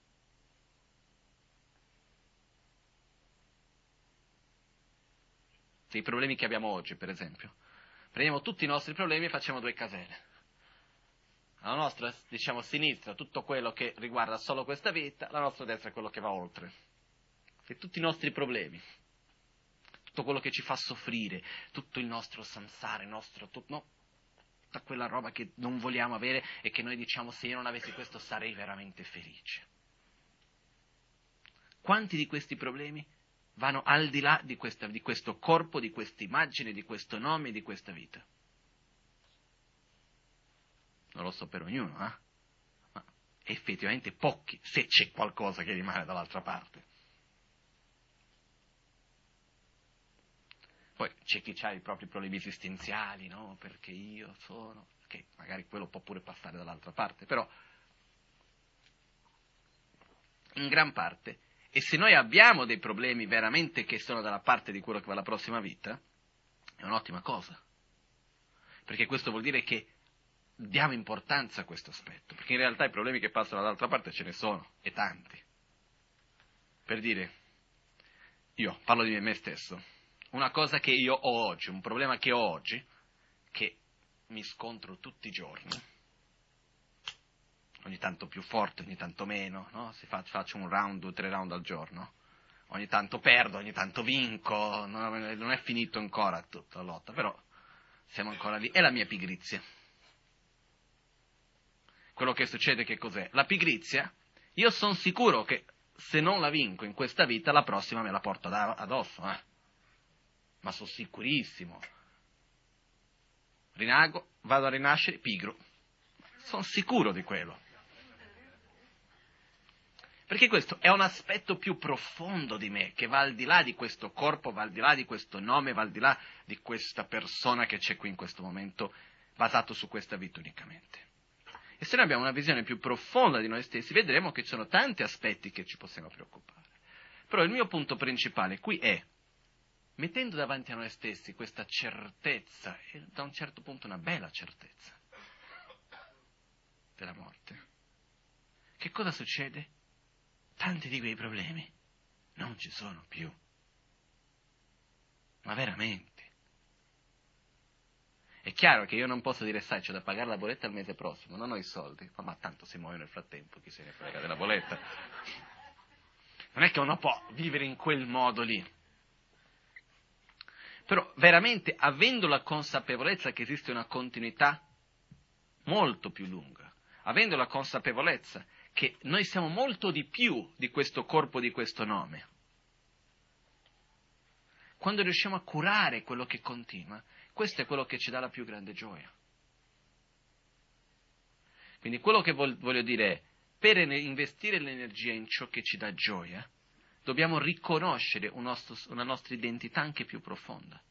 Dei problemi che abbiamo oggi, per esempio. Prendiamo tutti i nostri problemi e facciamo due caselle. Alla nostra, diciamo, sinistra tutto quello che riguarda solo questa vita, la nostra destra è quello che va oltre. E tutti i nostri problemi, tutto quello che ci fa soffrire, tutto il nostro samsara, il nostro, tutto, no, tutta quella roba che non vogliamo avere e che noi diciamo se io non avessi questo sarei veramente felice. Quanti di questi problemi vanno al di là di, questa, di questo corpo, di questa immagine, di questo nome, di questa vita? Non lo so per ognuno, eh? Ma effettivamente pochi, se c'è qualcosa che rimane dall'altra parte. Poi c'è chi ha i propri problemi esistenziali, no? Perché io sono... che magari quello può pure passare dall'altra parte, però in gran parte, e se noi abbiamo dei problemi veramente che sono dalla parte di quello che va alla prossima vita, è un'ottima cosa. Perché questo vuol dire che diamo importanza a questo aspetto, perché in realtà i problemi che passano dall'altra parte ce ne sono, e tanti. Per dire, io parlo di me stesso, una cosa che io ho oggi, un problema che ho oggi, che mi scontro tutti i giorni, ogni tanto più forte, ogni tanto meno, no? Se faccio un round, due, tre round al giorno, ogni tanto perdo, ogni tanto vinco, non è finito ancora tutta la lotta, però siamo ancora lì. È la mia pigrizia. Quello che succede che cos'è? La pigrizia, io sono sicuro che se non la vinco in questa vita, la prossima me la porto addosso, eh? Ma sono sicurissimo. Rinago, vado a rinascere pigro. Sono sicuro di quello. Perché questo è un aspetto più profondo di me, che va al di là di questo corpo, va al di là di questo nome, va al di là di questa persona che c'è qui in questo momento, basato su questa vita unicamente. E se noi abbiamo una visione più profonda di noi stessi, vedremo che ci sono tanti aspetti che ci possiamo preoccupare. Però il mio punto principale qui è, mettendo davanti a noi stessi questa certezza, e da un certo punto una bella certezza, della morte, che cosa succede? Tanti di quei problemi non ci sono più. Ma veramente. È chiaro che io non posso dire, sai, c'ho da pagare la bolletta il mese prossimo, non ho i soldi, ma, ma tanto si muove nel frattempo, chi se ne frega della bolletta. Non è che uno può vivere in quel modo lì. Però veramente, avendo la consapevolezza che esiste una continuità molto più lunga, avendo la consapevolezza che noi siamo molto di più di questo corpo, di questo nome, quando riusciamo a curare quello che continua, questo è quello che ci dà la più grande gioia. Quindi quello che voglio dire è, per investire l'energia in ciò che ci dà gioia, dobbiamo riconoscere un nostro, una nostra identità anche più profonda.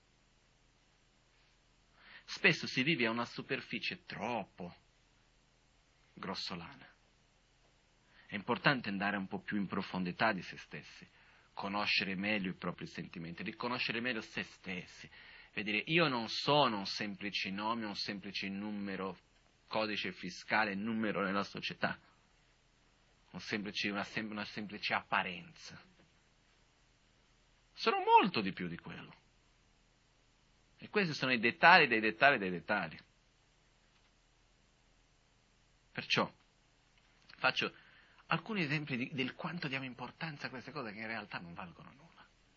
Spesso si vive a una superficie troppo grossolana. È importante andare un po' più in profondità di se stessi, conoscere meglio i propri sentimenti, riconoscere meglio se stessi, vedere io non sono un semplice nome, un semplice numero, codice fiscale, numero nella società, un semplice, una, sem- una semplice apparenza. Sono molto di più di quello. E questi sono i dettagli dei dettagli dei dettagli. Perciò faccio alcuni esempi di, del quanto diamo importanza a queste cose che in realtà non valgono nulla.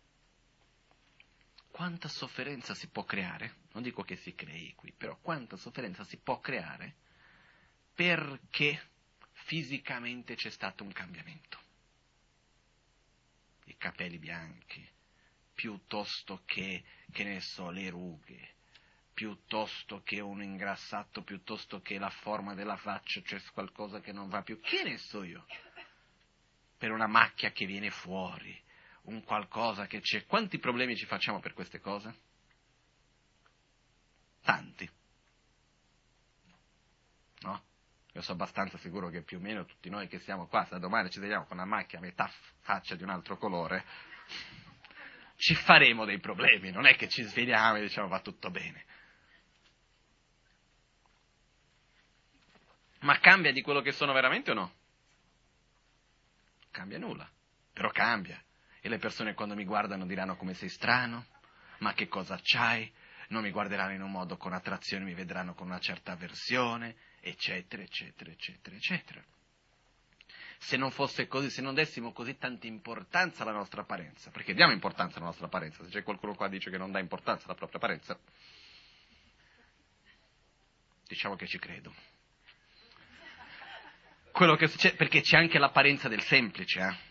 Quanta sofferenza si può creare, non dico che si crei qui, però quanta sofferenza si può creare perché fisicamente c'è stato un cambiamento. I capelli bianchi, piuttosto che, che ne so, le rughe, piuttosto che un ingrassato, piuttosto che la forma della faccia, c'è qualcosa che non va più, che ne so io, per una macchia che viene fuori, un qualcosa che c'è. Quanti problemi ci facciamo per queste cose? Tanti. No? Io sono abbastanza sicuro che più o meno tutti noi che siamo qua, se da domani ci vediamo con una macchia a metà faccia di un altro colore, ci faremo dei problemi, non è che ci svegliamo e diciamo va tutto bene. Ma cambia di quello che sono veramente o no? Cambia nulla, però cambia. E le persone quando mi guardano diranno come sei strano, ma che cosa c'hai? Non mi guarderanno in un modo con attrazione, mi vedranno con una certa avversione, eccetera, eccetera, eccetera, eccetera. Se non fosse così, se non dessimo così tanta importanza alla nostra apparenza, perché diamo importanza alla nostra apparenza, se c'è qualcuno qua che dice che non dà importanza alla propria apparenza, diciamo che ci credo. Quello che succede, perché c'è anche l'apparenza del semplice, eh?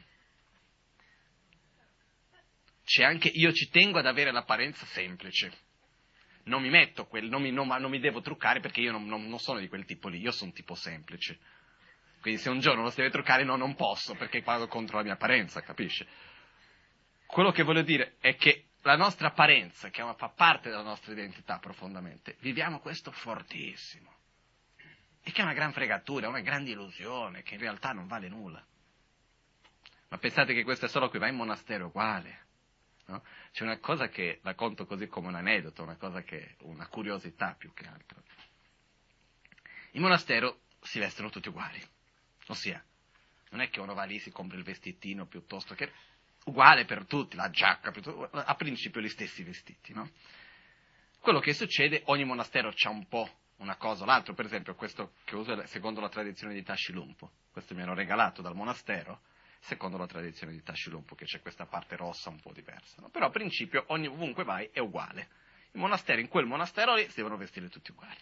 C'è anche, io ci tengo ad avere l'apparenza semplice. Non mi metto quel, non mi, non, non mi devo truccare perché io non, non, non sono di quel tipo lì, io sono tipo semplice. Quindi se un giorno lo si deve truccare, no, non posso perché vado contro la mia apparenza, capisce? Quello che voglio dire è che la nostra apparenza, che fa parte della nostra identità profondamente, viviamo questo fortissimo. E che è una gran fregatura, una grande illusione, che in realtà non vale nulla. Ma pensate che questo è solo qui, va in monastero uguale. No? C'è una cosa che la conto così come un aneddoto, una cosa che, una curiosità più che altro. In monastero si vestono tutti uguali, ossia, non è che uno va lì si compra il vestitino piuttosto che, uguale per tutti, la giacca, a principio gli stessi vestiti, no? Quello che succede, ogni monastero c'ha un po' una cosa o l'altro, per esempio questo che uso è secondo la tradizione di Tashilhunpo, questo mi hanno regalato dal monastero, secondo la tradizione di Tashilhunpo, che c'è questa parte rossa un po' diversa, no? Però a principio ogni, ovunque vai è uguale. I monasteri, in quel monastero lì, si devono vestire tutti uguali.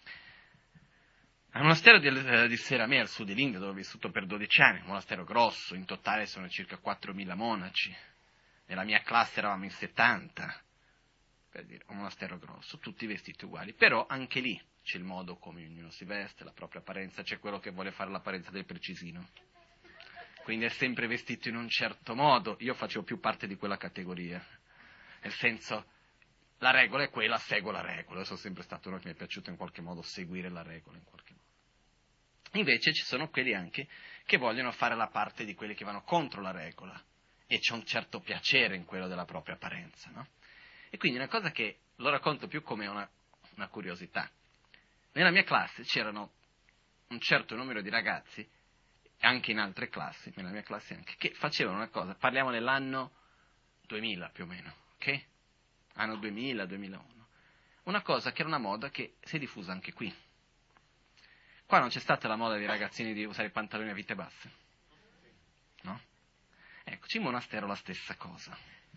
Al monastero di, eh, di Seramé, al sud dell'India, dove ho vissuto per dodici anni, un monastero grosso, in totale sono circa quattromila monaci, nella mia classe eravamo in settanta, per dire, un monastero grosso, tutti vestiti uguali, però anche lì c'è il modo come ognuno si veste, la propria apparenza, c'è quello che vuole fare l'apparenza del precisino, quindi è sempre vestito in un certo modo. Io facevo più parte di quella categoria, nel senso, la regola è quella, seguo la regola, io sono sempre stato uno che mi è piaciuto in qualche modo seguire la regola in qualche modo. Invece ci sono quelli anche che vogliono fare la parte di quelli che vanno contro la regola, e c'è un certo piacere in quello della propria apparenza, no? E quindi una cosa che lo racconto più come una, una curiosità. Nella mia classe c'erano un certo numero di ragazzi, anche in altre classi, nella mia classe anche, che facevano una cosa, parliamo dell'anno duemila più o meno, ok? Anno duemila, duemilauno. Una cosa che era una moda che si è diffusa anche qui. Qua non c'è stata la moda dei ragazzini di usare i pantaloni a vite basse? No? Eccoci, in monastero la stessa cosa.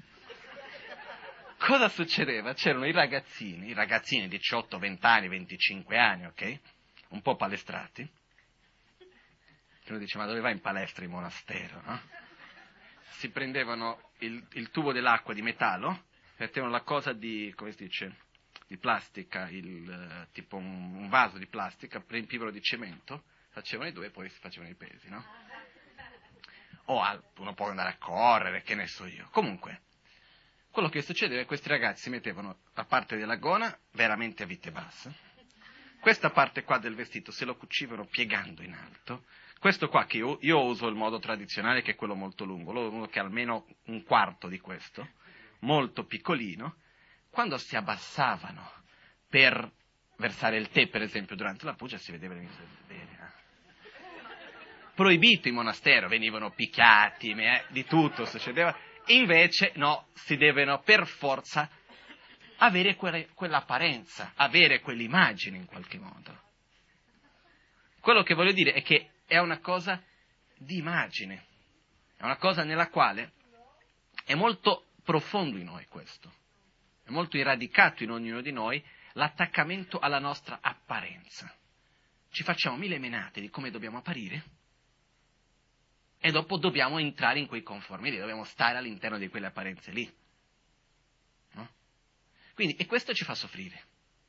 Cosa succedeva? C'erano i ragazzini, i ragazzini di diciotto, venti anni, venticinque anni, ok? Un po' palestrati. Che uno dice, ma dove vai in palestra in monastero, no? Si prendevano il, il tubo dell'acqua di metallo, mettevano la cosa di, come si dice, di plastica, il, tipo un, un vaso di plastica, riempivano di cemento, facevano i due e poi si facevano i pesi, no? O al, uno può andare a correre, che ne so io. Comunque, quello che succedeva è che questi ragazzi mettevano la parte della gonna veramente a vite basse, questa parte qua del vestito se lo cucivano piegando in alto, questo qua che io, io uso il modo tradizionale, che è quello molto lungo, loro uno che ha almeno un quarto di questo, molto piccolino. Quando si abbassavano per versare il tè, per esempio, durante la puja, si vedeva l'inizio del bene. Proibito in monastero, venivano picchiati, eh, di tutto succedeva. Invece, no, si devono per forza avere quelle, quell'apparenza, avere quell'immagine in qualche modo. Quello che voglio dire è che è una cosa di immagine, è una cosa nella quale è molto profondo in noi questo. È molto irradicato in ognuno di noi l'attaccamento alla nostra apparenza. Ci facciamo mille menate di come dobbiamo apparire e dopo dobbiamo entrare in quei conformi lì, dobbiamo stare all'interno di quelle apparenze lì. No? Quindi, e questo ci fa soffrire,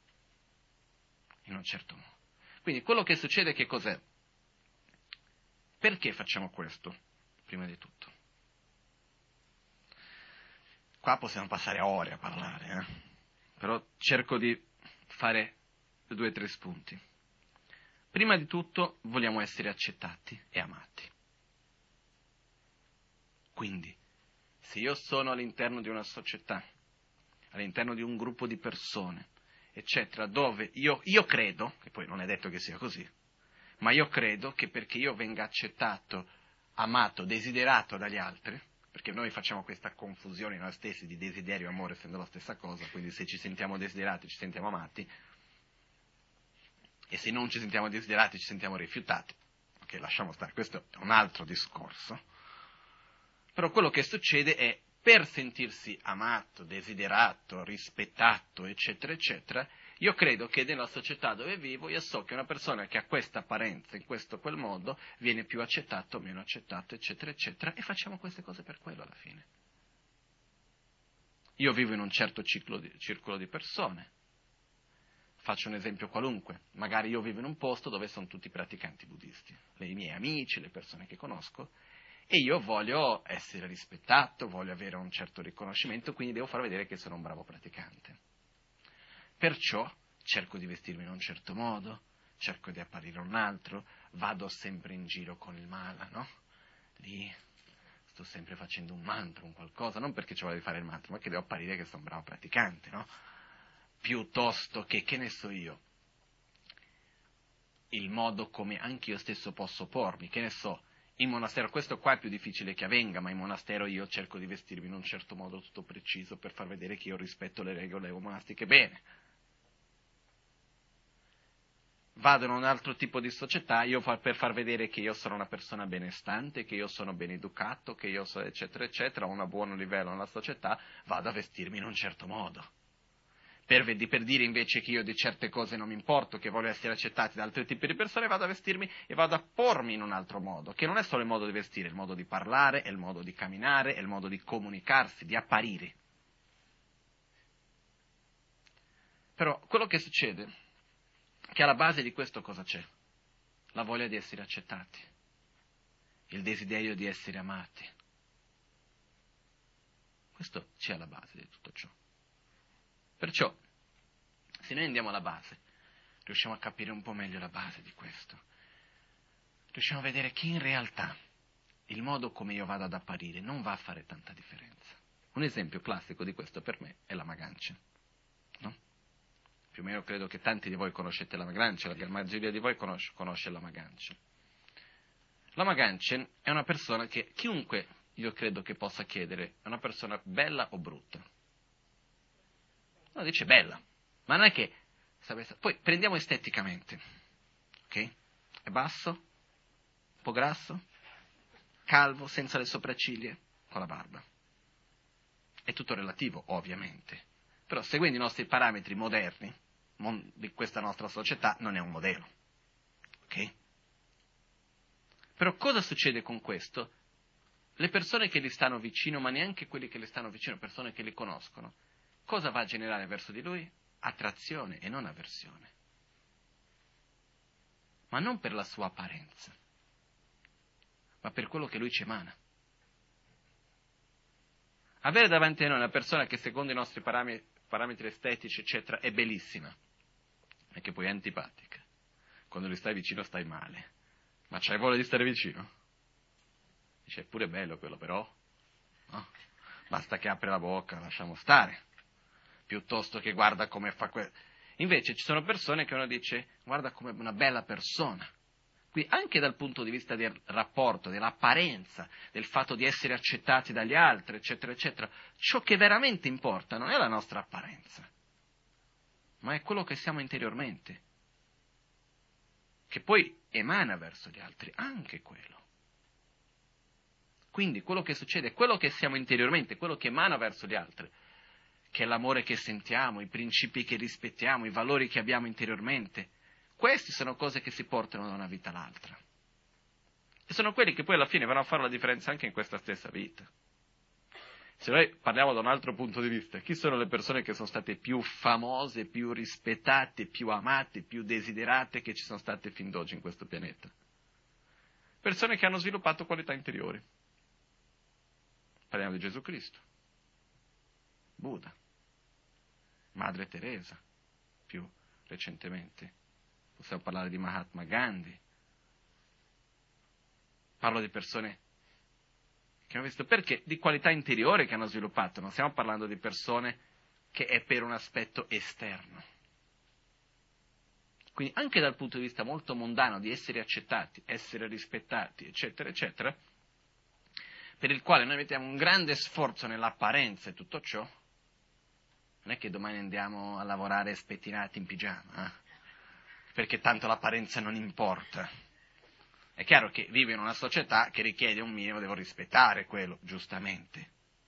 in un certo modo. Quindi quello che succede che cos'è? Perché facciamo questo, prima di tutto? Qua possiamo passare ore a parlare, eh? Però cerco di fare due o tre spunti. Prima di tutto vogliamo essere accettati e amati. Quindi, se io sono all'interno di una società, all'interno di un gruppo di persone, eccetera, dove io, io credo, che poi non è detto che sia così, ma io credo che perché io venga accettato, amato, desiderato dagli altri, perché noi facciamo questa confusione noi stessi di desiderio e amore essendo la stessa cosa, quindi se ci sentiamo desiderati ci sentiamo amati, e se non ci sentiamo desiderati ci sentiamo rifiutati. Ok, lasciamo stare, questo è un altro discorso. Però quello che succede è, per sentirsi amato, desiderato, rispettato, eccetera, eccetera, io credo che nella società dove vivo io so che una persona che ha questa apparenza, in questo o quel modo, viene più accettato, meno accettato, eccetera, eccetera, e facciamo queste cose per quello alla fine. Io vivo in un certo ciclo di, circolo di persone. Faccio un esempio qualunque. Magari io vivo in un posto dove sono tutti praticanti buddisti, i miei amici, le persone che conosco, e io voglio essere rispettato, voglio avere un certo riconoscimento, quindi devo far vedere che sono un bravo praticante. Perciò cerco di vestirmi in un certo modo, cerco di apparire un altro, vado sempre in giro con il mala, no? Lì sto sempre facendo un mantra, un qualcosa, non perché ci voglio fare il mantra, ma che devo apparire che sono un bravo praticante, no? Piuttosto che, che ne so io, il modo come anche io stesso posso pormi, che ne so, in monastero, questo qua è più difficile che avvenga, ma in monastero io cerco di vestirmi in un certo modo tutto preciso per far vedere che io rispetto le regole monastiche bene. vado in un altro tipo di società, io per far vedere che io sono una persona benestante, che io sono ben educato, che io so, eccetera, eccetera, ho un buon livello nella società, vado a vestirmi in un certo modo. Per, per dire invece che io di certe cose non mi importo, che voglio essere accettati da altri tipi di persone, vado a vestirmi e vado a pormi in un altro modo, che non è solo il modo di vestire, è il modo di parlare, è il modo di camminare, è il modo di comunicarsi, di apparire. Però quello che succede è che alla base di questo cosa c'è? La voglia di essere accettati, il desiderio di essere amati. Questo c'è alla base di tutto ciò. Perciò, se noi andiamo alla base, riusciamo a capire un po' meglio la base di questo. Riusciamo a vedere che in realtà il modo come io vado ad apparire non va a fare tanta differenza. Un esempio classico di questo per me è la Magancia. No? Più o meno credo che tanti di voi conoscete la Magancia, la gran maggioria di voi conosce, conosce la Magancia. La Magancia è una persona che chiunque io credo che possa chiedere, è una persona bella o brutta? No, dice bella, ma non è che... Poi prendiamo esteticamente, ok? È basso, un po' grasso, calvo, senza le sopracciglia, con la barba. È tutto relativo, ovviamente. Però seguendo i nostri parametri moderni, di questa nostra società, non è un modello, ok? Però cosa succede con questo? Le persone che gli stanno vicino, ma neanche quelli che le stanno vicino, persone che li conoscono, cosa va a generare verso di lui? Attrazione e non avversione. Ma non per la sua apparenza, ma per quello che lui ci emana. Avere davanti a noi una persona che secondo i nostri parametri, parametri estetici, eccetera, è bellissima, e che poi è antipatica. Quando gli stai vicino stai male. Ma c'hai voglia di stare vicino? Dice, è pure bello quello, però. No? Basta che apre la bocca, lasciamo stare. Piuttosto che guarda come fa quello. Invece ci sono persone che uno dice, guarda come una bella persona. Quindi anche dal punto di vista del rapporto, dell'apparenza, del fatto di essere accettati dagli altri, eccetera, eccetera, ciò che veramente importa non è la nostra apparenza, ma è quello che siamo interiormente, che poi emana verso gli altri, anche quello. Quindi quello che succede è quello che siamo interiormente, quello che emana verso gli altri, che è l'amore che sentiamo, i principi che rispettiamo, i valori che abbiamo interiormente. Queste sono cose che si portano da una vita all'altra. E sono quelli che poi alla fine vanno a fare la differenza anche in questa stessa vita. Se noi parliamo da un altro punto di vista, chi sono le persone che sono state più famose, più rispettate, più amate, più desiderate che ci sono state fin d'oggi in questo pianeta? Persone che hanno sviluppato qualità interiori. Parliamo di Gesù Cristo, Buddha, Madre Teresa, più recentemente. Possiamo parlare di Mahatma Gandhi. Parlo di persone che hanno visto, perché di qualità interiore che hanno sviluppato, non stiamo parlando di persone che è per un aspetto esterno. Quindi anche dal punto di vista molto mondano di essere accettati, essere rispettati, eccetera, eccetera, per il quale noi mettiamo un grande sforzo nell'apparenza e tutto ciò, non è che domani andiamo a lavorare spettinati in pigiama, eh? Perché tanto l'apparenza non importa. È chiaro che vivo in una società che richiede un minimo, devo rispettare quello, giustamente.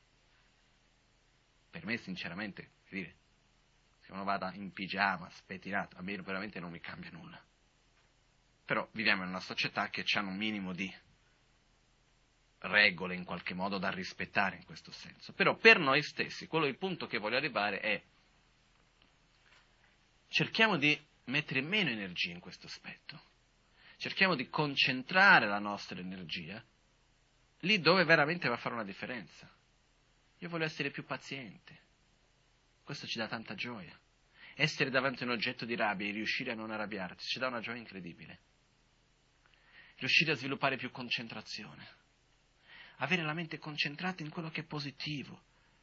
Per me, sinceramente, dire, se uno vada in pigiama, spettinato, a me veramente non mi cambia nulla. Però viviamo in una società che ha un minimo di regole in qualche modo da rispettare in questo senso. Però per noi stessi, quello il punto che voglio arrivare è cerchiamo di mettere meno energia in questo aspetto. Cerchiamo di concentrare la nostra energia lì dove veramente va a fare una differenza. Io voglio essere più paziente. Questo ci dà tanta gioia. Essere davanti a un oggetto di rabbia e riuscire a non arrabbiarci ci dà una gioia incredibile. Riuscire a sviluppare più concentrazione. Avere la mente concentrata in quello che è positivo.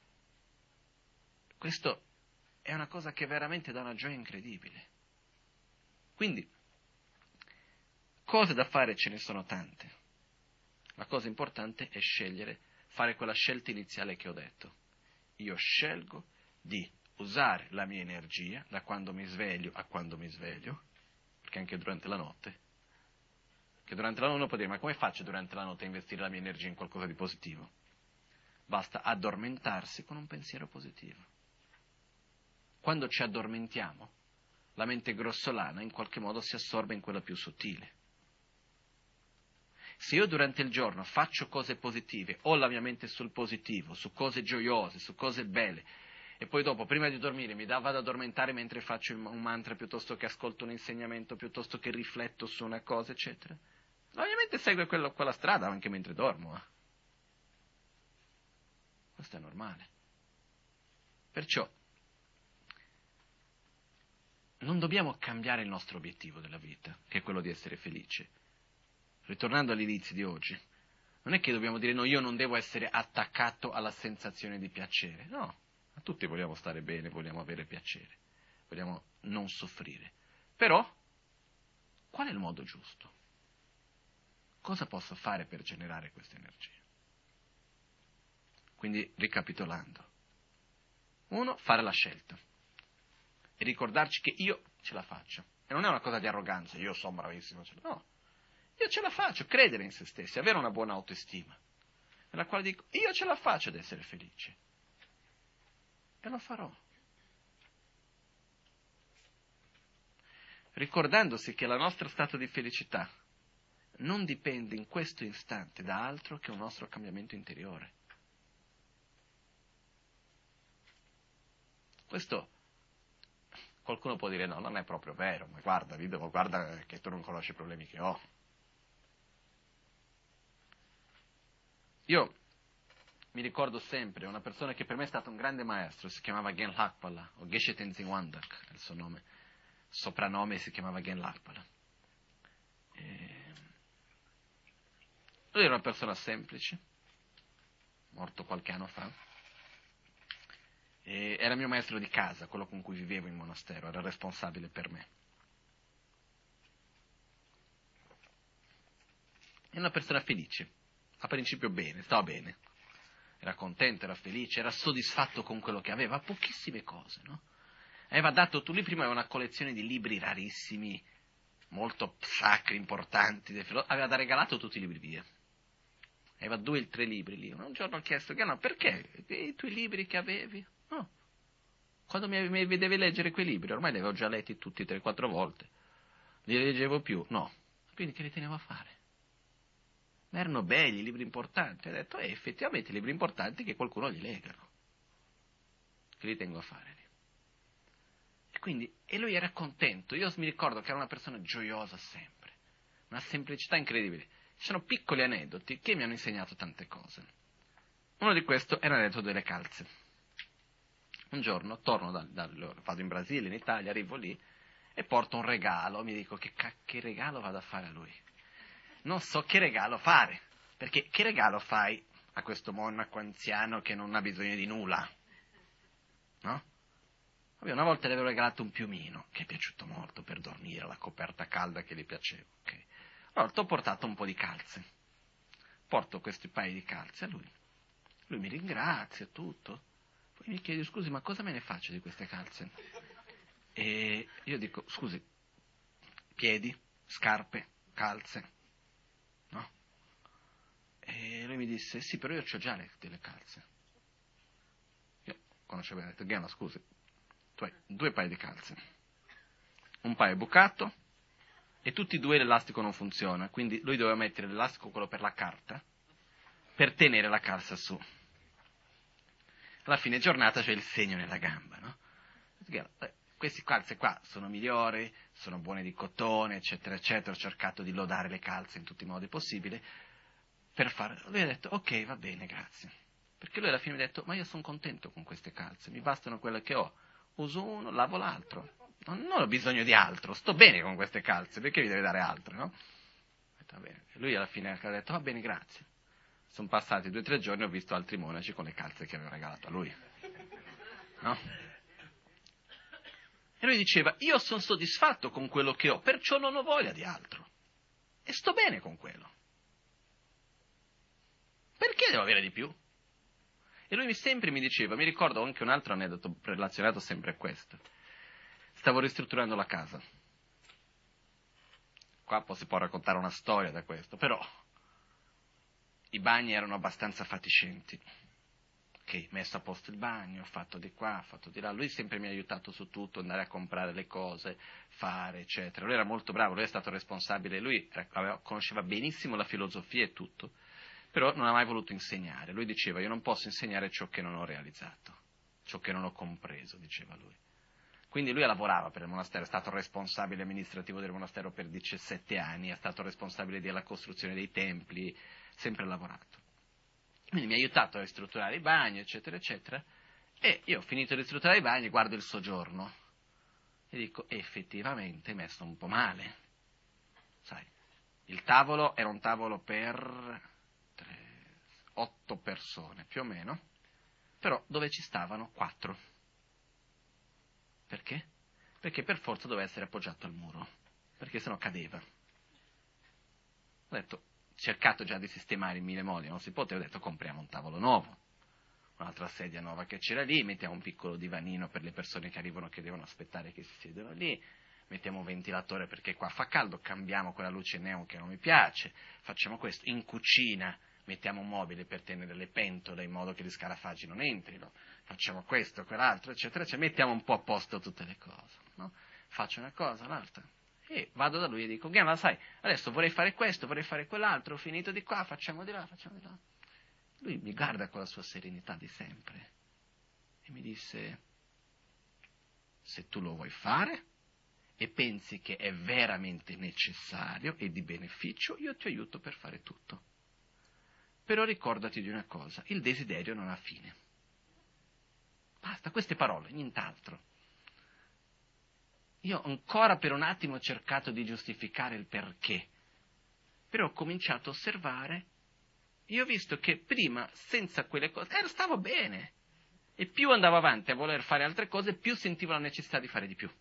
Questo è una cosa che veramente dà una gioia incredibile. Quindi, cose da fare ce ne sono tante. La cosa importante è scegliere, fare quella scelta iniziale che ho detto. Io scelgo di usare la mia energia da quando mi sveglio a quando mi sveglio, perché anche durante la notte, che durante la notte uno può dire, ma come faccio durante la notte a investire la mia energia in qualcosa di positivo? Basta addormentarsi con un pensiero positivo. Quando ci addormentiamo, la mente grossolana in qualche modo si assorbe in quella più sottile. Se io durante il giorno faccio cose positive, ho la mia mente sul positivo, su cose gioiose, su cose belle, e poi dopo, prima di dormire, mi vado ad addormentare mentre faccio un mantra, piuttosto che ascolto un insegnamento, piuttosto che rifletto su una cosa, eccetera, la mia mente segue quello, quella strada anche mentre dormo. Eh. Questo è normale. Perciò, non dobbiamo cambiare il nostro obiettivo della vita, che è quello di essere felici. Ritornando all'inizio di oggi, non è che dobbiamo dire no, io non devo essere attaccato alla sensazione di piacere. No, tutti vogliamo stare bene, vogliamo avere piacere, vogliamo non soffrire. Però, qual è il modo giusto? Cosa posso fare per generare questa energia? Quindi, ricapitolando. Uno, fare la scelta. E ricordarci che io ce la faccio. E non è una cosa di arroganza, io sono bravissimo. No. Io ce la faccio, credere in se stessi, avere una buona autostima, nella quale dico, io ce la faccio ad essere felice. E lo farò. Ricordandosi che il nostro stato di felicità non dipende in questo istante da altro che un nostro cambiamento interiore. Questo qualcuno può dire, no, non è proprio vero, ma guarda, Lido, guarda che tu non conosci i problemi che ho. Io mi ricordo sempre una persona che per me è stato un grande maestro, si chiamava Gen Lakpala, o Geshe Tenzin Wandak, è il suo nome, soprannome si chiamava Gen Lakpala. E... Lui era una persona semplice, morto qualche anno fa, e era mio maestro di casa, quello con cui vivevo in monastero, era responsabile per me. È una persona felice, a principio bene, stava bene. Era contento, era felice, era soddisfatto con quello che aveva, pochissime cose, no? Aveva dato, tu lui prima aveva una collezione di libri rarissimi, molto sacri, importanti, aveva regalato tutti i libri via. Aveva due o tre libri lì. Un giorno ho chiesto, no, perché i tuoi libri che avevi? No. Quando mi, mi vedevi leggere quei libri, ormai li avevo già letti tutti tre quattro volte, li leggevo più, no. Quindi che li tenevo a fare? Ma erano belli, libri importanti. Ho detto, eh, effettivamente libri importanti che qualcuno li legano. Che li tengo a fare lì. E quindi, e lui era contento. Io mi ricordo che era una persona gioiosa sempre. Una semplicità incredibile. Ci sono piccoli aneddoti che mi hanno insegnato tante cose. Uno di questi era l'aneddoto delle calze. Un giorno torno da, da, vado in Brasile, in Italia, arrivo lì e porto un regalo. Mi dico, che, che regalo vado a fare a lui? Non so che regalo fare, perché che regalo fai a questo monaco anziano che non ha bisogno di nulla? No? Vabbè, una volta gli avevo regalato un piumino, che è piaciuto molto per dormire, la coperta calda che gli piaceva. Okay. Allora, ti ho portato un po' di calze. Porto questi paio di calze a lui. Lui mi ringrazia, tutto. Poi mi chiede, scusi, ma cosa me ne faccio di queste calze? E io dico, scusi, piedi, scarpe, calze. No? E lui mi disse, sì, però io ho già le, delle calze. Io conoscevo bene, ho detto, Ghiana, scusi, tu hai due paio di calze. Un paio è bucato e tutti e due l'elastico non funziona, quindi lui doveva mettere l'elastico, quello per la carta, per tenere la calza su. Alla fine giornata c'è il segno nella gamba, no? Queste calze qua sono migliori, sono buone di cotone, eccetera, eccetera. Ho cercato di lodare le calze in tutti i modi possibili per fare. Lui ha detto, ok, va bene, grazie. Perché lui alla fine mi ha detto, ma io sono contento con queste calze, mi bastano quelle che ho. Uso uno, lavo l'altro. Non, non ho bisogno di altro, sto bene con queste calze, perché vi deve dare altre, no? Ho detto, va bene. E lui alla fine ha detto, va bene, grazie. Sono passati due o tre giorni e ho visto altri monaci con le calze che avevo regalato a lui. No? E lui diceva, io sono soddisfatto con quello che ho, perciò non ho voglia di altro. E sto bene con quello. Perché devo avere di più? E lui sempre mi diceva, mi ricordo anche un altro aneddoto relazionato sempre a questo. Stavo ristrutturando la casa. qua si può raccontare una storia da questo, però i bagni erano abbastanza fatiscenti. Ok, messo a posto il bagno, ho fatto di qua, ho fatto di là, lui sempre mi ha aiutato su tutto, andare a comprare le cose, fare, eccetera. Lui era molto bravo, lui è stato responsabile, lui aveva, conosceva benissimo la filosofia e tutto, però non ha mai voluto insegnare. Lui diceva, io non posso insegnare ciò che non ho realizzato, ciò che non ho compreso, diceva lui. Quindi lui lavorava per il monastero, è stato responsabile amministrativo del monastero per diciassette anni, è stato responsabile della costruzione dei templi, sempre lavorato. Quindi mi ha aiutato a ristrutturare i bagni, eccetera, eccetera, e io ho finito di ristrutturare i bagni, guardo il soggiorno e dico, effettivamente è messo un po' male. Sai, il tavolo era un tavolo per tre, otto persone, più o meno, però dove ci stavano quattro. Perché? Perché per forza doveva essere appoggiato al muro, perché sennò cadeva. Ho detto, cercato già di sistemare in mille modi, non si poteva, ho detto compriamo un tavolo nuovo, un'altra sedia nuova che c'era lì, mettiamo un piccolo divanino per le persone che arrivano che devono aspettare che si siedano lì, mettiamo un ventilatore perché qua fa caldo, cambiamo quella luce neon che non mi piace, facciamo questo, in cucina mettiamo un mobile per tenere le pentole in modo che gli scarafaggi non entrino, facciamo questo, quell'altro, eccetera, cioè mettiamo un po' a posto tutte le cose, no? Faccio una cosa, l'altra. E vado da lui e dico, Ghiana, sai, adesso vorrei fare questo, vorrei fare quell'altro, ho finito di qua, facciamo di là, facciamo di là. Lui mi guarda con la sua serenità di sempre e mi disse, se tu lo vuoi fare e pensi che è veramente necessario e di beneficio, io ti aiuto per fare tutto. Però ricordati di una cosa, il desiderio non ha fine. Basta, queste parole, nient'altro. Io ancora per un attimo ho cercato di giustificare il perché, però ho cominciato a osservare, e ho visto che prima, senza quelle cose, eh, stavo bene, e più andavo avanti a voler fare altre cose, più sentivo la necessità di fare di più.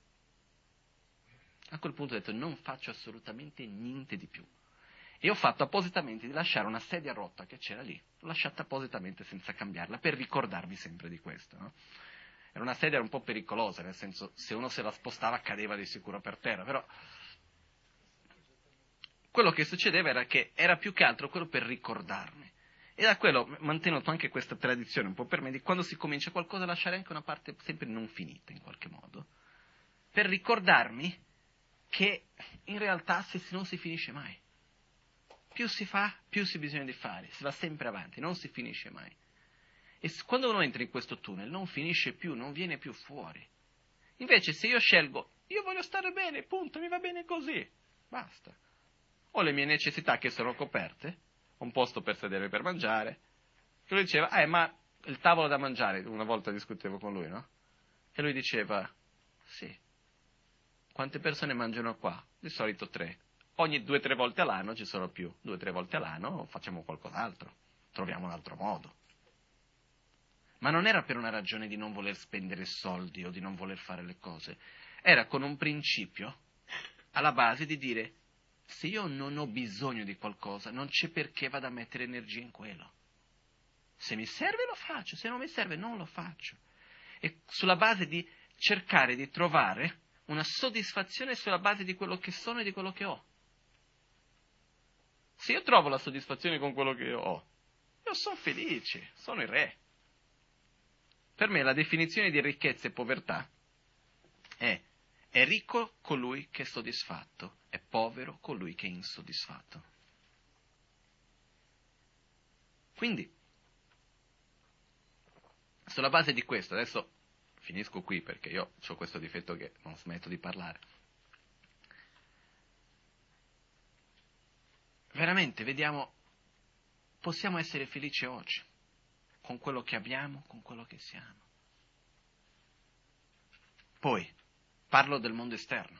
A quel punto ho detto, non faccio assolutamente niente di più. E ho fatto appositamente di lasciare una sedia rotta che c'era lì, l'ho lasciata appositamente senza cambiarla, per ricordarmi sempre di questo, no? Era una sedia un po' pericolosa, nel senso, se uno se la spostava cadeva di sicuro per terra, però quello che succedeva era che era più che altro quello per ricordarmi. E da quello mantenuto anche questa tradizione un po' per me, di quando si comincia qualcosa a lasciare anche una parte sempre non finita in qualche modo, per ricordarmi che in realtà se non si finisce mai. Più si fa, più si ha bisogno di fare, si va sempre avanti, non si finisce mai. E quando uno entra in questo tunnel non finisce più, non viene più fuori. Invece se io scelgo, io voglio stare bene, punto, mi va bene così, basta. Ho le mie necessità che sono coperte, ho un posto per sedere per mangiare. Che lui diceva, eh ma il tavolo da mangiare, una volta discutevo con lui, no? E lui diceva, sì, quante persone mangiano qua? Di solito tre. Ogni due o tre volte all'anno ci sono più, due o tre volte all'anno facciamo qualcos'altro, troviamo un altro modo. Ma non era per una ragione di non voler spendere soldi o di non voler fare le cose, era con un principio alla base di dire, se io non ho bisogno di qualcosa, non c'è perché vado a mettere energia in quello. Se mi serve lo faccio, se non mi serve non lo faccio. E sulla base di cercare di trovare una soddisfazione sulla base di quello che sono e di quello che ho. Se io trovo la soddisfazione con quello che io ho, io sono felice, sono il re. Per me la definizione di ricchezza e povertà è è ricco colui che è soddisfatto, è povero colui che è insoddisfatto. Quindi, sulla base di questo, adesso finisco qui perché io ho questo difetto che non smetto di parlare. Veramente, vediamo, possiamo essere felici oggi, con quello che abbiamo, con quello che siamo. Poi, parlo del mondo esterno.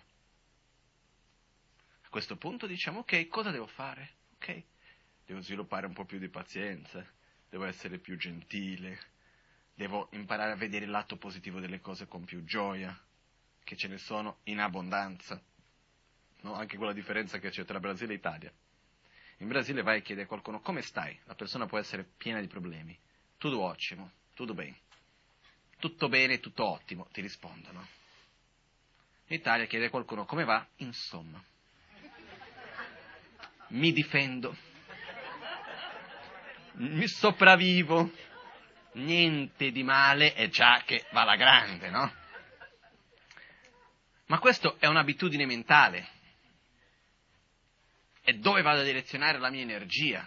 A questo punto diciamo, ok, cosa devo fare? Ok, devo sviluppare un po' più di pazienza, devo essere più gentile, devo imparare a vedere il lato positivo delle cose con più gioia, che ce ne sono in abbondanza. No? Anche quella differenza che c'è tra Brasile e Italia. In Brasile vai e chiedi a qualcuno come stai, la persona può essere piena di problemi. Tutto ottimo, tutto bene. Tutto bene, tutto ottimo, ti rispondono. In Italia chiede a qualcuno come va, insomma. mi difendo, mi sopravvivo, niente di male, è già che va alla grande, no? Ma questo è un'abitudine mentale. E dove vado a direzionare la mia energia?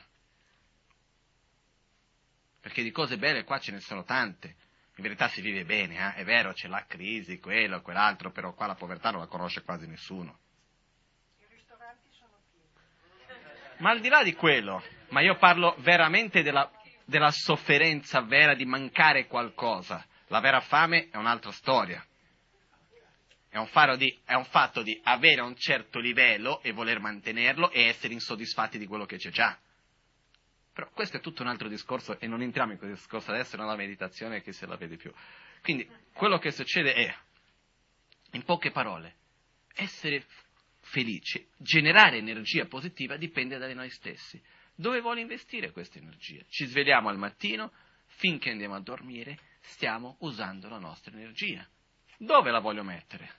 Perché di cose belle qua ce ne sono tante. In verità si vive bene, eh? È vero, c'è la crisi, quello, quell'altro, però qua la povertà non la conosce quasi nessuno. I ristoranti sono pieni. Ma al di là di quello, ma io parlo veramente della, della sofferenza vera di mancare qualcosa. La vera fame è un'altra storia. È un, faro di, è un fatto di avere un certo livello e voler mantenerlo e essere insoddisfatti di quello che c'è già. Però questo è tutto un altro discorso e non entriamo in questo discorso adesso, nella meditazione che se la vede più. Quindi quello che succede è, in poche parole, essere felici, generare energia positiva dipende da noi stessi. Dove vuole investire questa energia? Ci svegliamo al mattino, finché andiamo a dormire, stiamo usando la nostra energia. Dove la voglio mettere?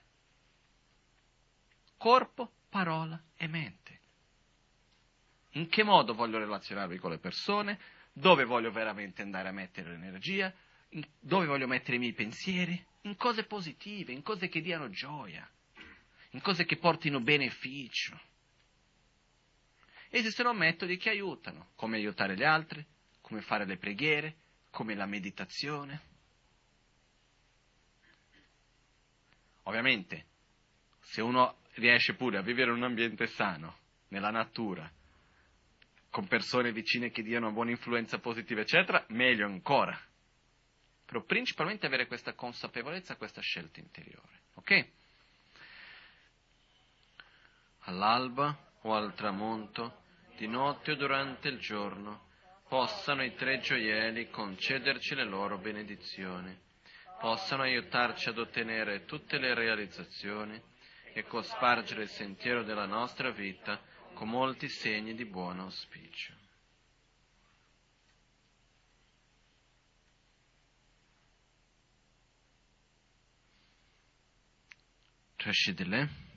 Corpo, parola e mente. In che modo voglio relazionarmi con le persone? Dove voglio veramente andare a mettere l'energia? In dove voglio mettere i miei pensieri? In cose positive, in cose che diano gioia, in cose che portino beneficio. Esistono metodi che aiutano, come aiutare gli altri, come fare le preghiere, come la meditazione. Ovviamente, se uno riesce pure a vivere in un ambiente sano, nella natura, con persone vicine che diano buona influenza positiva, eccetera, meglio ancora. Però principalmente avere questa consapevolezza, questa scelta interiore. Ok? All'alba o al tramonto, di notte o durante il giorno, possano i tre gioielli concederci le loro benedizioni, possano aiutarci ad ottenere tutte le realizzazioni e cospargere il sentiero della nostra vita con molti segni di buon auspicio. Trascidile.